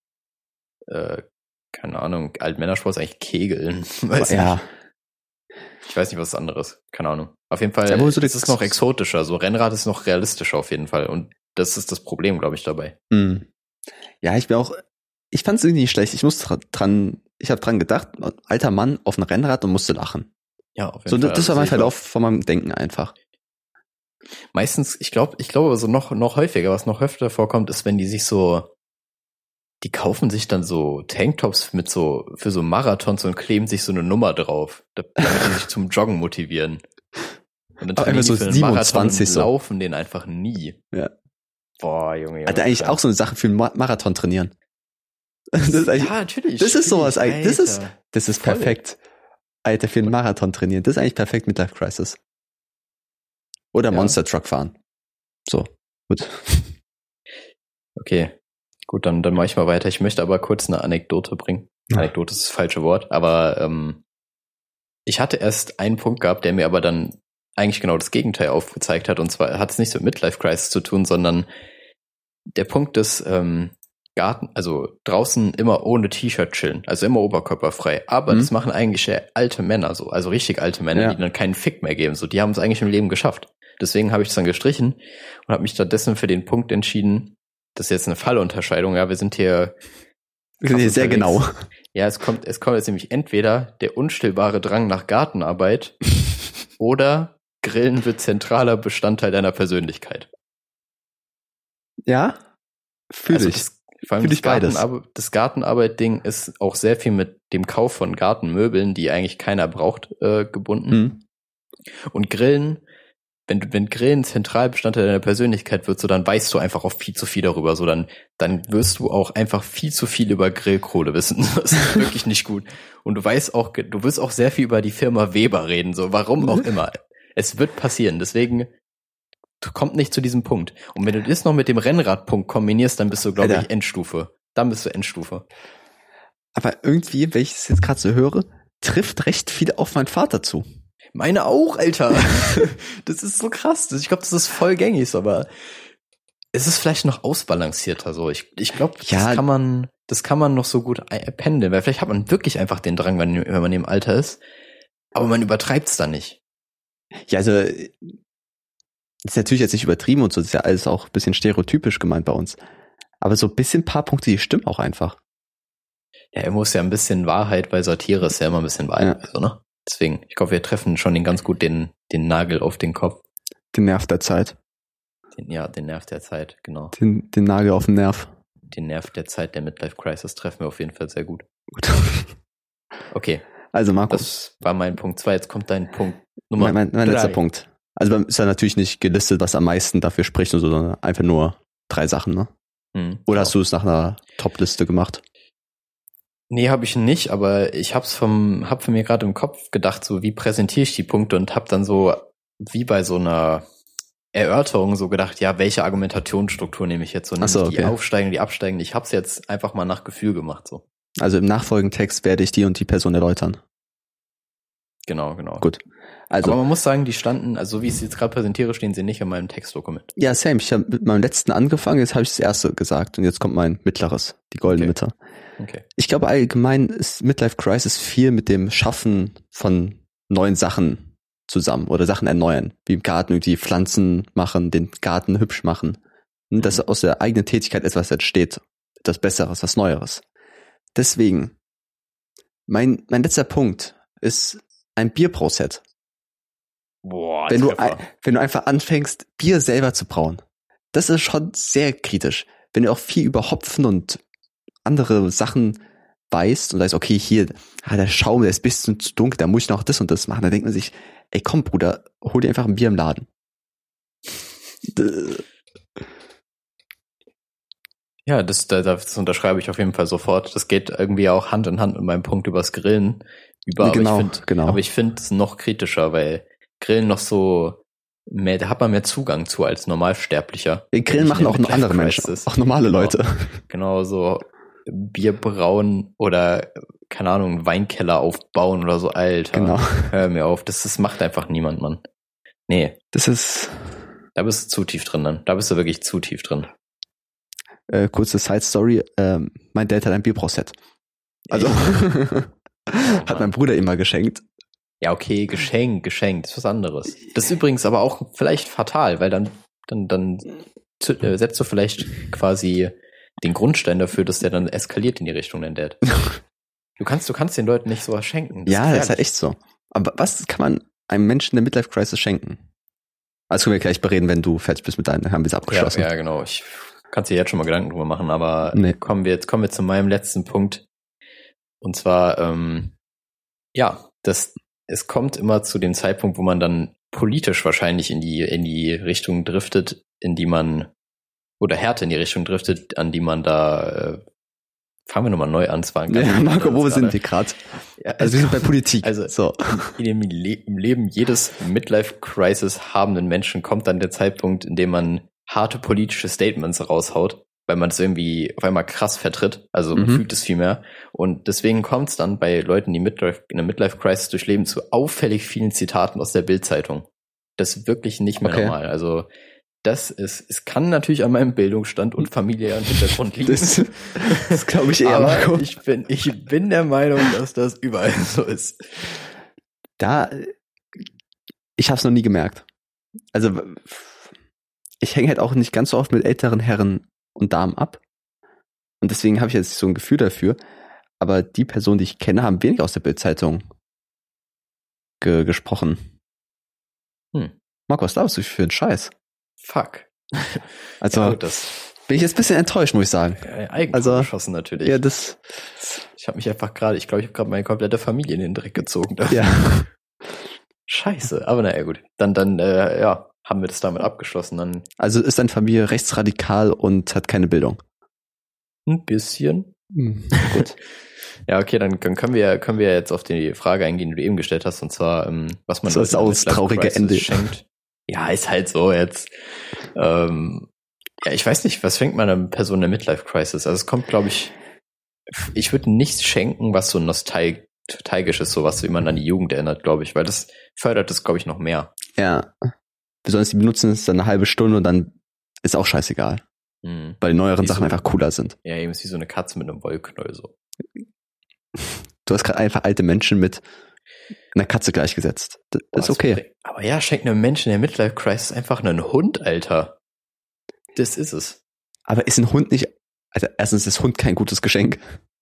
Äh, keine Ahnung. Altmännersport ist eigentlich Kegeln. Weiß ja. Nicht. Ich weiß nicht, was anderes. Keine Ahnung. Auf jeden Fall ja, so ist es noch exotischer. So Rennrad ist noch realistischer auf jeden Fall. Und das ist das Problem, glaube ich, dabei. Mm. Ja, ich bin auch, ich fand es irgendwie nicht schlecht. Ich musste dran, ich habe dran gedacht, alter Mann auf ein Rennrad und musste lachen. Ja, auf jeden so, Fall. Das war mein Verlauf von meinem Denken einfach. Meistens, ich glaube, ich glaube, so noch, noch häufiger, was noch öfter vorkommt, ist, wenn die sich so, die kaufen sich dann so Tanktops mit so, für so Marathons und kleben sich so eine Nummer drauf, damit die sich zum Joggen motivieren. Und dann trainieren so die für einen Marathon und so. laufen den einfach nie. Ja. Boah, Junge, Junge. Hat eigentlich auch so eine Sache für einen Marathon trainieren. Das ist ja, natürlich. Das ist sowas eigentlich. Das ist, das ist Voll. perfekt. Alter, für einen Marathon trainieren. Das ist eigentlich perfekt mit Life Crisis. Oder ja. Monster Truck fahren. So, gut. Okay. Gut, dann, dann mache ich mal weiter. Ich möchte aber kurz eine Anekdote bringen. Ja. Anekdote ist das falsche Wort, aber ähm, ich hatte erst einen Punkt gehabt, der mir aber dann eigentlich genau das Gegenteil aufgezeigt hat. Und zwar hat es nichts mit Midlife Crisis zu tun, sondern der Punkt ist, ähm, Garten, also draußen immer ohne T-Shirt chillen, also immer oberkörperfrei. Aber mhm. das machen eigentlich ja alte Männer so, also richtig alte Männer, ja. die dann keinen Fick mehr geben. So, die haben es eigentlich im Leben geschafft. Deswegen habe ich es dann gestrichen und habe mich stattdessen für den Punkt entschieden, das ist jetzt eine Fallunterscheidung, ja, wir sind hier nee, sehr genau. Ja, es kommt, es kommt jetzt nämlich entweder der unstillbare Drang nach Gartenarbeit oder Grillen wird zentraler Bestandteil deiner Persönlichkeit. Ja, fühl also ich. Das, vor allem fühl das, ich beides. Gartenarbe- das Gartenarbeit-Ding ist auch sehr viel mit dem Kauf von Gartenmöbeln, die eigentlich keiner braucht, äh, gebunden. Mhm. Und Grillen, wenn du, wenn Grillen zentral Bestandteil deiner Persönlichkeit wird, so dann weißt du einfach auch viel zu viel darüber. So dann, dann wirst du auch einfach viel zu viel über Grillkohle wissen. Das ist wirklich nicht gut. Und du weißt auch, du wirst auch sehr viel über die Firma Weber reden. So, warum auch immer. Es wird passieren. Deswegen kommt nicht zu diesem Punkt. Und wenn du das noch mit dem Rennradpunkt kombinierst, dann bist du, glaube ich, Endstufe. Dann bist du Endstufe. Aber irgendwie, wenn ich es jetzt gerade so höre, trifft recht viel auf meinen Vater zu. Meine auch, Alter. Das ist so krass. Ich glaube, das ist voll gängig, aber es ist vielleicht noch ausbalancierter so. Ich, ich glaube, Ja. das kann man, das kann man noch so gut ei- pendeln, weil vielleicht hat man wirklich einfach den Drang, wenn, wenn man im Alter ist, aber man übertreibt es dann nicht. Ja, also ist natürlich jetzt nicht übertrieben und so, das ist ja alles auch ein bisschen stereotypisch gemeint bei uns. Aber so ein bisschen ein paar Punkte, die stimmen auch einfach. Ja, er muss ja ein bisschen Wahrheit bei Satire ist ja immer ein bisschen Wahrheit, Ja. also, ne? Deswegen, ich glaube, wir treffen schon den ganz gut den, den Nagel auf den Kopf. Den Nerv der Zeit. Den, ja, den Nerv der Zeit, genau. Den, den Nagel auf den Nerv. Den Nerv der Zeit der Midlife Crisis treffen wir auf jeden Fall sehr gut. Gut. Okay, Also Marco, das war mein Punkt zwei. Jetzt kommt dein Punkt Nummer mein, mein, mein drei. letzter Punkt. Also ist ja natürlich nicht gelistet, was am meisten dafür spricht und so, sondern einfach nur drei Sachen, ne? Hm, Oder hast du es nach einer Top-Liste gemacht? Nee, habe ich nicht, aber ich hab's vom, hab von mir gerade im Kopf gedacht, so wie präsentiere ich die Punkte und hab dann so wie bei so einer Erörterung so gedacht, ja, welche Argumentationsstruktur nehme ich jetzt so? Nehme Ach so, ich die okay. aufsteigende, die absteigende? Ich hab's jetzt einfach mal nach Gefühl gemacht, so. Also im nachfolgenden Text werde ich die und die Person erläutern. Genau, genau. Gut. Also, Aber man muss sagen, die standen, also so wie ich sie jetzt gerade präsentiere, stehen sie nicht in meinem Textdokument. ja, same. Ich habe mit meinem letzten angefangen, jetzt habe ich das erste gesagt und jetzt kommt mein mittleres, die goldene Okay. Mitte. Okay. Ich glaube allgemein ist Midlife Crisis viel mit dem Schaffen von neuen Sachen zusammen oder Sachen erneuern, wie im Garten irgendwie Pflanzen machen, den Garten hübsch machen. Und dass Mhm. aus der eigenen Tätigkeit etwas entsteht, etwas Besseres, was Neueres. Deswegen, mein, mein letzter Punkt ist ein Bierbrauset. Boah, Wenn du, Treffer. ein, wenn du einfach anfängst, Bier selber zu brauen. Das ist schon sehr kritisch. Wenn du auch viel über Hopfen und andere Sachen weißt und sagst, okay, hier, ah, der Schaum, der ist ein bisschen zu dunkel, da muss ich noch das und das machen. Dann denkt man sich, ey, komm, Bruder, hol dir einfach ein Bier im Laden. D- Ja, das, da- das unterschreibe ich auf jeden Fall sofort. Das geht irgendwie auch Hand in Hand mit meinem Punkt übers Grillen über. Aber Genau, ich finde, genau. aber ich finde es noch kritischer, weil Grillen noch so mehr, da hat man mehr Zugang zu als Normalsterblicher. Wir Grillen machen auch noch andere Menschen, Midlife-Crisis. auch normale Leute. Genau, so Bier brauen oder, keine Ahnung, einen Weinkeller aufbauen oder so, Alter. Genau. Hör mir auf, das, das macht einfach niemand, Mann. Nee, Das ist, da bist du zu tief drin dann. Da bist du wirklich zu tief drin. äh, kurze Side-Story, ähm, mein Dad hat ein Bierbrauset. Also, hat mein Bruder ihm mal geschenkt. Ja, okay, Geschenk, Geschenk, das ist was anderes. Das ist übrigens aber auch vielleicht fatal, weil dann, dann, dann zü- äh, setzt du vielleicht quasi den Grundstein dafür, dass der dann eskaliert in die Richtung, dein Dad. Du kannst, du kannst den Leuten nicht sowas schenken. Ja, das ist halt gefährlich. echt so. Aber was kann man einem Menschen in der Midlife-Crisis schenken? Also können wir gleich bereden, wenn du fertig bist mit deinen, haben wir es abgeschlossen. Ja, ja, genau. Ich kann dir jetzt schon mal Gedanken drüber machen, aber Nee. kommen wir jetzt kommen wir zu meinem letzten Punkt. Und zwar, ähm, ja, das, es kommt immer zu dem Zeitpunkt, wo man dann politisch wahrscheinlich in die, in die Richtung driftet, in die man, oder härter in die Richtung driftet, an die man da, äh, fangen wir nochmal neu an. Es war ein ganz Ja, Marco, wo anderes sind gerade. wir gerade? Ja, Also wir sind bei Politik. Also- so. in dem Le im Leben jedes Midlife-Crisis habenden Menschen kommt dann der Zeitpunkt, in dem man harte politische Statements raushaut, weil man es irgendwie auf einmal krass vertritt. Also man Mhm. fühlt es viel mehr. Und deswegen kommt es dann bei Leuten, die Midlife, in der Midlife-Crisis durchleben, zu auffällig vielen Zitaten aus der Bild-Zeitung. Das ist wirklich nicht mehr Okay. normal. Also das ist, es kann natürlich an meinem Bildungsstand und familiären Hintergrund liegen. Das, das glaube ich eher, aber Marco. ich bin, ich bin der Meinung, dass das überall so ist. Da, ich habe es noch nie gemerkt. Also ich hänge halt auch nicht ganz so oft mit älteren Herren und Damen ab. Und deswegen habe ich jetzt so ein Gefühl dafür. Aber die Personen, die ich kenne, haben wenig aus der Bildzeitung ge gesprochen. Hm. Marco, was glaubst du für einen Scheiß? Fuck. Also Ja, gut, das bin ich jetzt ein bisschen enttäuscht, muss ich sagen. äh, Eigentum Also, geschossen natürlich. Ja, das, Ich habe mich einfach gerade, ich glaube, ich habe gerade meine komplette Familie in den Dreck gezogen. ja. Scheiße, aber naja, gut. Dann, dann, äh, ja, haben wir das damit abgeschlossen. Dann Also ist deine Familie rechtsradikal und hat keine Bildung. ein bisschen. Hm, gut. Ja, okay, dann, dann können wir, können wir jetzt auf die Frage eingehen, die du eben gestellt hast, und zwar, ähm, was man So ist Leuten in aus der traurige Midlife-Crisis Ende. schenkt. Ja, ist halt so jetzt. Ähm, ja, ich weiß nicht, was schenkt man einer Person in der Midlife-Crisis? Also es kommt, glaube ich, ich würde nichts schenken, was so nostalgisch nostalgisch ist, sowas, wie man an die Jugend erinnert, glaube ich, weil das fördert das, glaube ich, noch mehr. Ja. Besonders die benutzen es dann eine halbe Stunde und dann ist auch scheißegal. Hm. Weil die neueren Wie Sachen so- einfach cooler sind. Ja, eben ist wie so eine Katze mit einem Wollknäuel so. Du hast gerade einfach alte Menschen mit einer Katze gleichgesetzt. Das Boah, ist okay. bringt- Aber ja, schenkt einem Menschen in der Midlife-Crisis einfach einen Hund, Alter. Das ist es. Aber ist ein Hund nicht, also erstens ist Hund kein gutes Geschenk.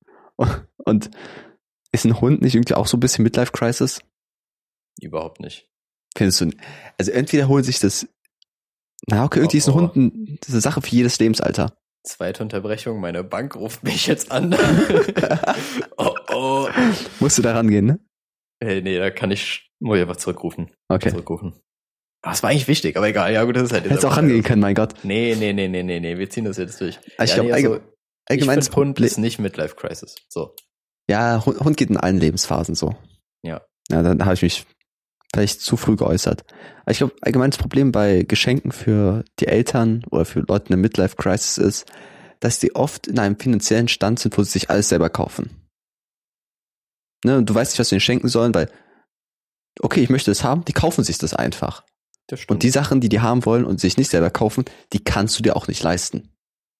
Und ist ein Hund nicht irgendwie auch so ein bisschen Midlife-Crisis? Überhaupt nicht. Findest du? Also entweder holt sich das, na okay, irgendwie Oh, ist ein oh. Hund ein, das ist eine Sache für jedes Lebensalter. Zweite Unterbrechung, meine Bank ruft mich jetzt an. oh, oh. Musst du da rangehen, ne? Hey, nee, da kann ich, muss ich einfach zurückrufen. Okay. Zurückrufen. Ah, das war eigentlich wichtig, aber egal. Ja gut, das ist halt... Hättest auch rangehen können, mein Gott. Nee, nee, nee, nee, nee, nee, wir ziehen das jetzt durch. Also ich ja, glaube, nee, also, allgemeines ich find, Hund Problem- ist nicht Midlife-Crisis. So. Ja, Hund, Hund geht in allen Lebensphasen so. Ja. Ja, dann habe ich mich vielleicht zu früh geäußert. Aber ich glaube, allgemeines Problem bei Geschenken für die Eltern oder für Leute in der Midlife-Crisis ist, dass die oft in einem finanziellen Stand sind, wo sie sich alles selber kaufen. Ne, und du weißt nicht, was sie ihnen schenken sollen, weil, okay, ich möchte das haben, die kaufen sich das einfach. Das stimmt. Und die Sachen, die die haben wollen und sich nicht selber kaufen, die kannst du dir auch nicht leisten.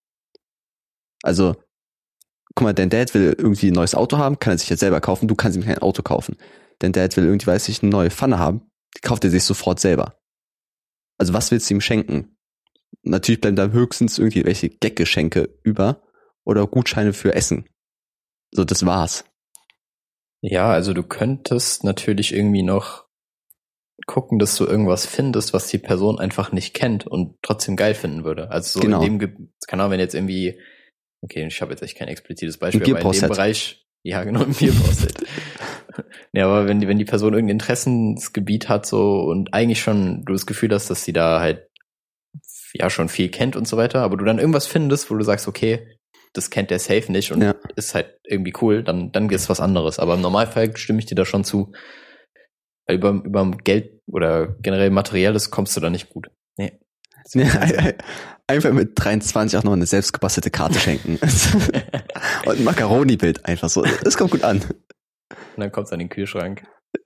Also, guck mal, dein Dad will irgendwie ein neues Auto haben, kann er sich jetzt selber kaufen, du kannst ihm kein Auto kaufen. Dein Dad will irgendwie, weiß ich, eine neue Pfanne haben, die kauft er sich sofort selber. Also was willst du ihm schenken? Natürlich bleiben da höchstens irgendwie welche Gag-Geschenke über oder Gutscheine für Essen. So, das war's. Ja, also du könntest natürlich irgendwie noch gucken, dass du irgendwas findest, was die Person einfach nicht kennt und trotzdem geil finden würde. Also so Genau. in dem, Ge- keine Ahnung, wenn jetzt irgendwie, okay, ich habe jetzt echt kein explizites Beispiel, Ein aber in dem Bierbrauset. Bereich, ja genau, ein Bierbrauset. Ja, aber wenn die, wenn die Person irgendein Interessensgebiet hat so und eigentlich schon du das Gefühl hast, dass sie da halt ja schon viel kennt und so weiter, aber du dann irgendwas findest, wo du sagst, okay, das kennt der safe nicht und Ja. ist halt irgendwie cool, dann dann ist was anderes. Aber im Normalfall stimme ich dir da schon zu. Weil über, über Geld oder generell Materielles kommst du da nicht gut. Nee. Ja, einfach mit dreiundzwanzig auch noch eine selbstgebastelte Karte schenken. Und ein Macaroni-Bild einfach so. Das kommt gut an. Und dann kommt's an den Kühlschrank.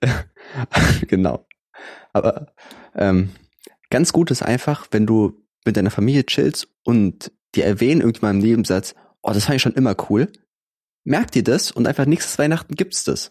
Genau. Aber ähm, ganz gut ist einfach, wenn du mit deiner Familie chillst und die erwähnen irgendwann im Nebensatz, oh, das fand ich schon immer cool. Merkt ihr das und einfach nächstes Weihnachten gibt's das.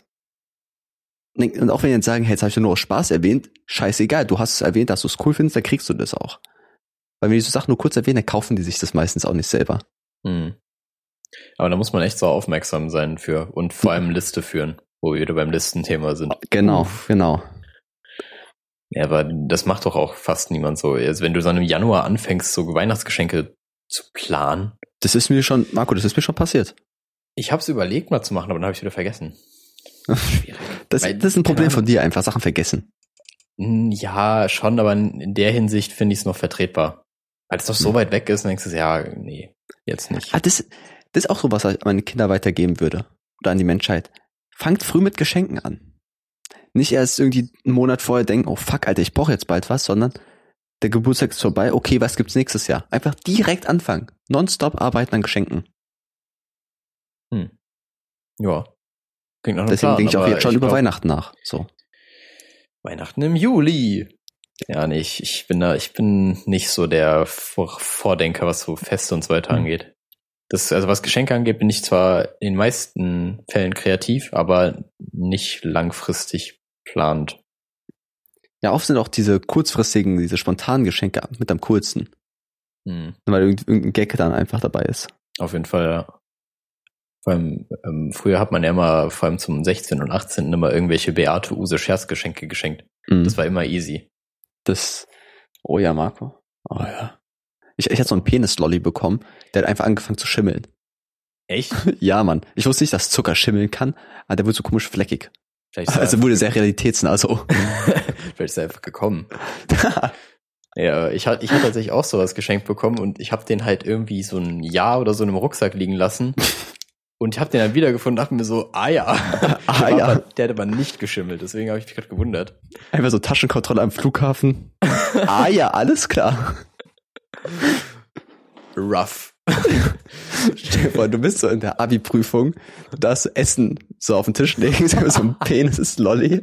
Und auch wenn die jetzt sagen, hey, jetzt habe ich ja nur aus Spaß erwähnt, scheißegal, du hast es erwähnt, dass du es cool findest, dann kriegst du das auch. Weil wenn die so Sachen nur kurz erwähnen, dann kaufen die sich das meistens auch nicht selber. Hm. Aber da muss man echt so aufmerksam sein für und vor allem Liste führen, wo wir wieder beim Listenthema sind. Genau, Uff. genau. Ja, aber das macht doch auch fast niemand so. Also wenn du dann im Januar anfängst, so Weihnachtsgeschenke zu planen. Das ist mir schon, Marco, das ist mir schon passiert. Ich hab's überlegt mal zu machen, aber dann habe ich wieder vergessen. Schwierig. Das, Weil, das ist ein Problem keine von dir, einfach Sachen vergessen. Hm, ja, schon, aber in der Hinsicht finde ich es noch vertretbar. Weil es doch so Hm. weit weg ist, dann denkst du, ja, nee, jetzt nicht. Ah, das, das ist auch so, was ich an meine Kinder weitergeben würde. Oder an die Menschheit. Fangt früh mit Geschenken an. Nicht erst irgendwie einen Monat vorher denken, oh fuck, Alter, ich brauche jetzt bald was, sondern der Geburtstag ist vorbei, okay, was gibt's nächstes Jahr? Einfach direkt anfangen. Nonstop arbeiten an Geschenken. Hm. Ja. Klingt nach einem Deswegen Plan, denke ich auch aber jetzt schon ich über glaub, Weihnachten nach. So. Weihnachten im Juli. Ja, nee, ich, ich bin da, ich bin nicht so der Vor Vordenker, was so Feste und so weiter Hm. angeht. Das, also was Geschenke angeht, bin ich zwar in den meisten Fällen kreativ, aber nicht langfristig plant. Ja, oft sind auch diese kurzfristigen, diese spontanen Geschenke mit am coolsten. Hm. Weil irgend- irgendein Gag dann einfach dabei ist. Auf jeden Fall, ja. Vor allem, ähm, früher hat man ja immer, vor allem zum sechzehnten und achtzehnten immer irgendwelche Beate Use Scherzgeschenke geschenkt. Mhm. Das war immer easy. Das, oh ja, Marco. Oh ja. Ich, ich hatte so einen Penis-Lolli bekommen, der hat einfach angefangen zu schimmeln. Echt? Ja, Mann. Ich wusste nicht, dass Zucker schimmeln kann, aber der wurde so komisch fleckig. Vielleicht ist er Also wurde sehr realitätsnah so. Vielleicht ist er einfach gekommen. Ja, ich hatte ich hatte tatsächlich auch sowas geschenkt bekommen und ich habe den halt irgendwie so ein Jahr oder so in einem Rucksack liegen lassen und ich habe den dann wiedergefunden und dachte mir so, ah ja, Ah, der, war ja. aber, der hat aber nicht geschimmelt, deswegen habe ich mich gerade gewundert. Einfach so Taschenkontrolle am Flughafen. Ah ja, alles klar. Rough. Stell dir vor, du bist so in der Abi-Prüfung, du darfst Essen so auf den Tisch legen, so ein Penis-Lolli.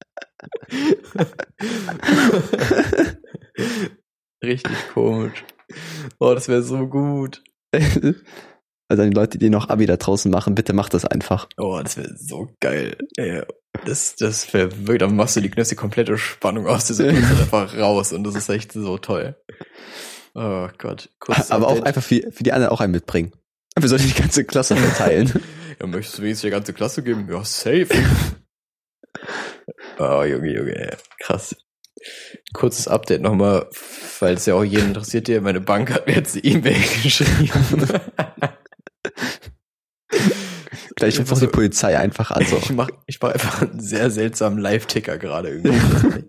Richtig komisch. Oh, das wäre so gut. Also an die Leute, die noch Abi da draußen machen, bitte macht das einfach. Oh, das wäre so geil. Ja, das, das wäre wirklich, dann machst du die, die komplette Spannung aus dieser Kiste einfach raus und das ist echt so toll. Oh Gott. Kurzes Aber Update. auch einfach für, für die anderen auch einen mitbringen. Wir sollten die ganze Klasse verteilen. Ja, möchtest du wenigstens die ganze Klasse geben? Ja, safe. Oh, Junge, Junge, krass. Kurzes Update nochmal, weil es ja auch jeden interessiert hier. Meine Bank hat mir jetzt eine E-Mail geschrieben. Gleich ruft die Polizei einfach an. So. Ich mach, ich mach einfach einen sehr seltsamen Live-Ticker gerade irgendwie.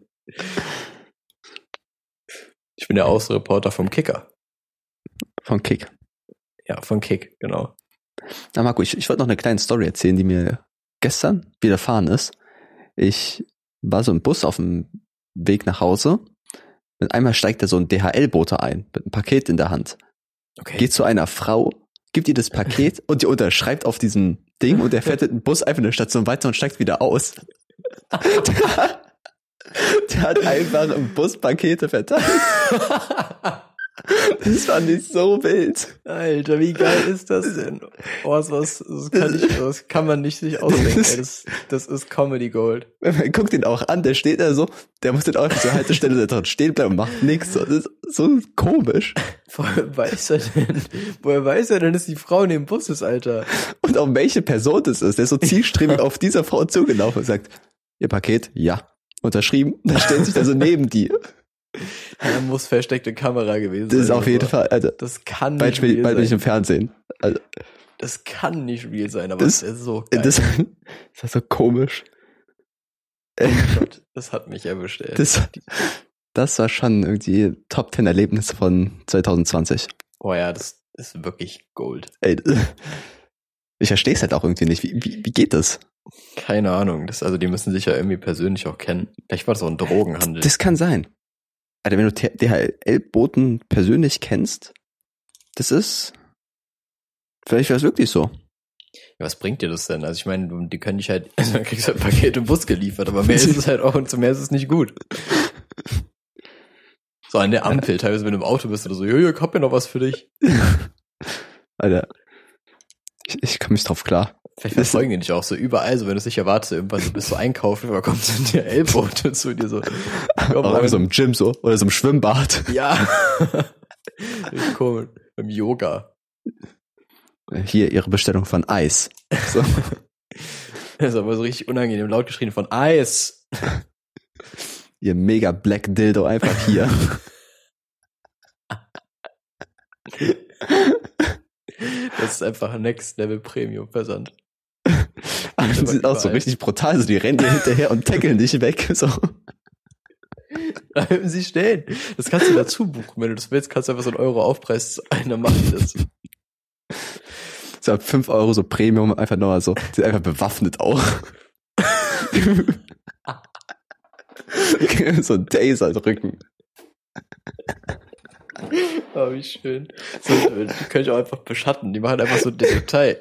Ich bin der Außenreporter vom Kicker. Von Kick. Ja, von Kick, genau. Na Marco, ich, ich wollte noch eine kleine Story erzählen, die mir gestern widerfahren ist. Ich war so im Bus auf dem Weg nach Hause und einmal steigt da so ein D H L-Bote ein mit einem Paket in der Hand. Okay. Geht zu einer Frau, gibt ihr das Paket und die unterschreibt auf diesem Ding und der fährt mit dem Bus einfach eine Station weiter und steigt wieder aus. Der, der hat einfach im Bus Pakete verteilt. Das fand ich so wild. Alter, wie geil ist das denn? Oh, was, was, das kann ich, das kann man nicht sich ausdenken. Ey, das, das ist Comedy Gold. Man guckt ihn auch an, der steht da so, der muss dann auch zur Haltestelle da drin stehen bleiben und macht nichts. Das ist so komisch. Woher weiß er denn, woher weiß er denn, dass die Frau in dem Bus ist, Alter? Und auch welche Person das ist, der ist so zielstrebig auf dieser Frau zugelaufen und sagt, ihr Paket? Ja. Unterschrieben. Dann stellt sich da so neben die. Da muss versteckte Kamera gewesen sein. Das ist auf jeden Fall, also, das kann bald, nicht real bald bin ich sein. im Fernsehen. Also, Das kann nicht real sein, aber Das- das, ist so geil. das, das ist so komisch. Oh Gott, das hat mich erwischt, ey. Das, das war schon irgendwie Top zehn Erlebnis von zwanzig zwanzig. Oh ja, das ist wirklich Gold. Ey, ich verstehe es halt auch irgendwie nicht. Wie, wie, wie geht das? Keine Ahnung. Das, also die müssen sich ja irgendwie persönlich auch kennen. Vielleicht war das auch ein Drogenhandel. Das kann sein. Alter, wenn du D H L-Boten persönlich kennst, das ist, vielleicht wäre es wirklich so. Ja, was bringt dir das denn? Also ich meine, du- die können dich halt, also dann kriegst du halt ein Paket im Bus geliefert, aber mehr ist es halt auch und zu mehr ist es nicht gut. So an der Ampel, teilweise wenn du im Auto bist oder so, jo, jo, ich hab hier noch was für dich. Alter, ich, ich komme nicht drauf klar. Vielleicht verfolgen die dich auch so überall, so wenn du es nicht erwartest, irgendwann so bist du einkaufen, aber kommt so ein D H L-Bote zu dir so. Ja, Auch einfach so im Gym so, oder so im Schwimmbad. Ja. Richtig komisch. Beim Yoga. Hier, ihre Bestellung von Eis. So. Das ist aber so richtig unangenehm laut geschrien von Eis. Ihr mega Black Dildo einfach hier. Das ist einfach Next Level Premium Versand. Aber die sind auch so überall. richtig brutal, so die rennen dir hinterher und tackeln dich weg. So. Bleiben Sie stehen. Das kannst du dazu buchen. Wenn du das willst, kannst du einfach so einen Euro Aufpreis einer machen das. So ab fünf Euro so Premium, einfach nochmal so. Die sind einfach bewaffnet auch. So ein Taser drücken. Oh, wie schön. So, die können ich auch einfach beschatten. Die machen einfach so Detail.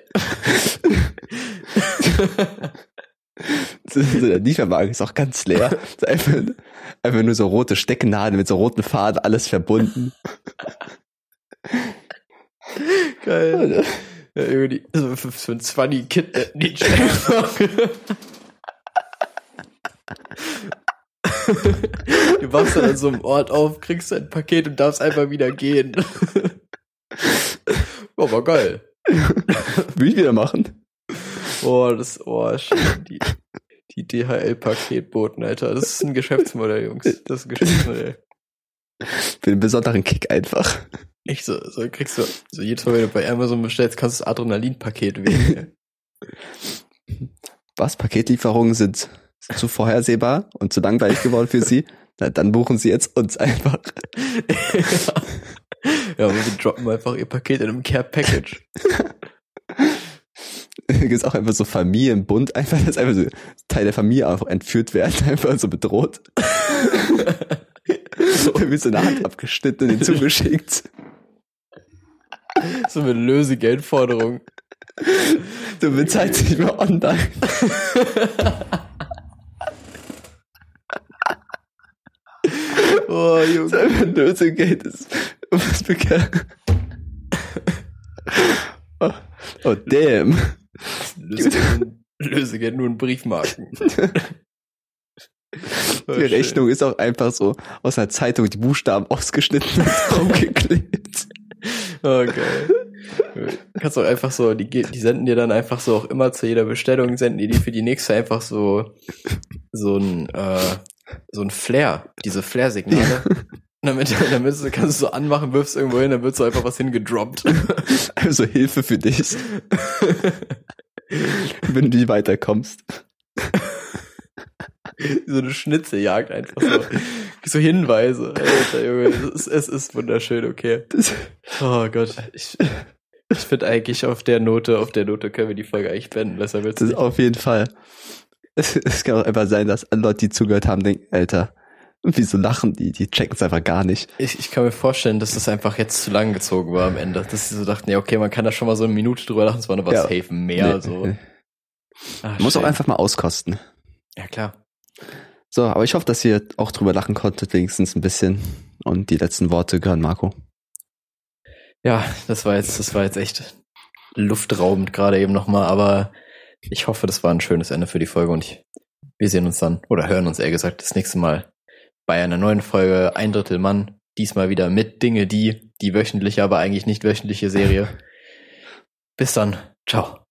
So, der Lieferwagen ist auch ganz leer. So einfach, einfach nur so rote Stecknadeln mit so roten Faden, alles verbunden. Geil. Ja, irgendwie, so für, für ein zwanzig Kid hätten die Du wachst dann an so einem Ort auf, kriegst dein Paket und darfst einfach wieder gehen. Oh, war geil. Will ich wieder machen. Oh, das, oh, shit, die, die D H L-Paketboten, Alter. Das ist ein Geschäftsmodell, Jungs. Das ist ein Geschäftsmodell. Für den besonderen Kick einfach. Ich so, so kriegst du, so jedes Mal, wenn du bei Amazon bestellst, kannst du das Adrenalin-Paket wählen. Was? Paketlieferungen sind, sind zu vorhersehbar und zu langweilig geworden für Sie? Na, dann buchen Sie jetzt uns einfach. Ja. Ja, aber die droppen einfach ihr Paket in einem Care-Package. Gibt es auch einfach so Familienbund, einfach, dass einfach so Teil der Familie einfach entführt werden, einfach so bedroht. So wie so eine Hand abgeschnitten und ihnen zugeschickt. So eine Lösegeldforderung. Du bezahlst nicht mehr online. Oh, Junge. Das ist einfach Lösegeld. Das Was für oh, oh, damn. Lösegeld, Lösegeld nur in Briefmarken. Die Rechnung ist auch einfach so aus einer Zeitung, die Buchstaben ausgeschnitten und draufgeklebt. Oh, geil. Kannst auch einfach so, die, die senden dir dann einfach so auch immer zu jeder Bestellung, senden die dir für die nächste einfach so, so ein, äh, so ein Flair, diese Flair-Signale. Damit, damit du, kannst du so anmachen, wirfst irgendwo hin, dann wird so einfach was hingedroppt. Also Hilfe für dich. Wenn du nicht weiterkommst. So eine Schnitzeljagd einfach so. So Hinweise. Alter, Junge, es ist, es ist wunderschön, okay. Oh Gott. Ich, ich finde eigentlich auf der Note, auf der Note können wir die Folge eigentlich beenden. Besser wird's Das nicht. ist auf jeden Fall. Es, es kann auch einfach sein, dass alle Leute, die zugehört haben, denken, Alter, wieso lachen die? Die checken es einfach gar nicht. Ich, ich kann mir vorstellen, dass das einfach jetzt zu lang gezogen war am Ende. Dass sie so dachten, ja, okay, man kann da schon mal so eine Minute drüber lachen, es war noch was Ja. safe mehr, Nee. so. Ach, Muss auch shit. einfach mal auskosten. Ja, klar. So, aber ich hoffe, dass ihr auch drüber lachen konntet, wenigstens ein bisschen. Und die letzten Worte gehören Marco. Ja, das war jetzt, das war jetzt echt luftraubend gerade eben nochmal, aber ich hoffe, das war ein schönes Ende für die Folge und ich, wir sehen uns dann, oder hören uns eher gesagt, das nächste Mal bei einer neuen Folge Ein Drittel Mann, diesmal wieder mit Dinge, die, die wöchentliche, aber eigentlich nicht wöchentliche Serie. Bis dann. Ciao.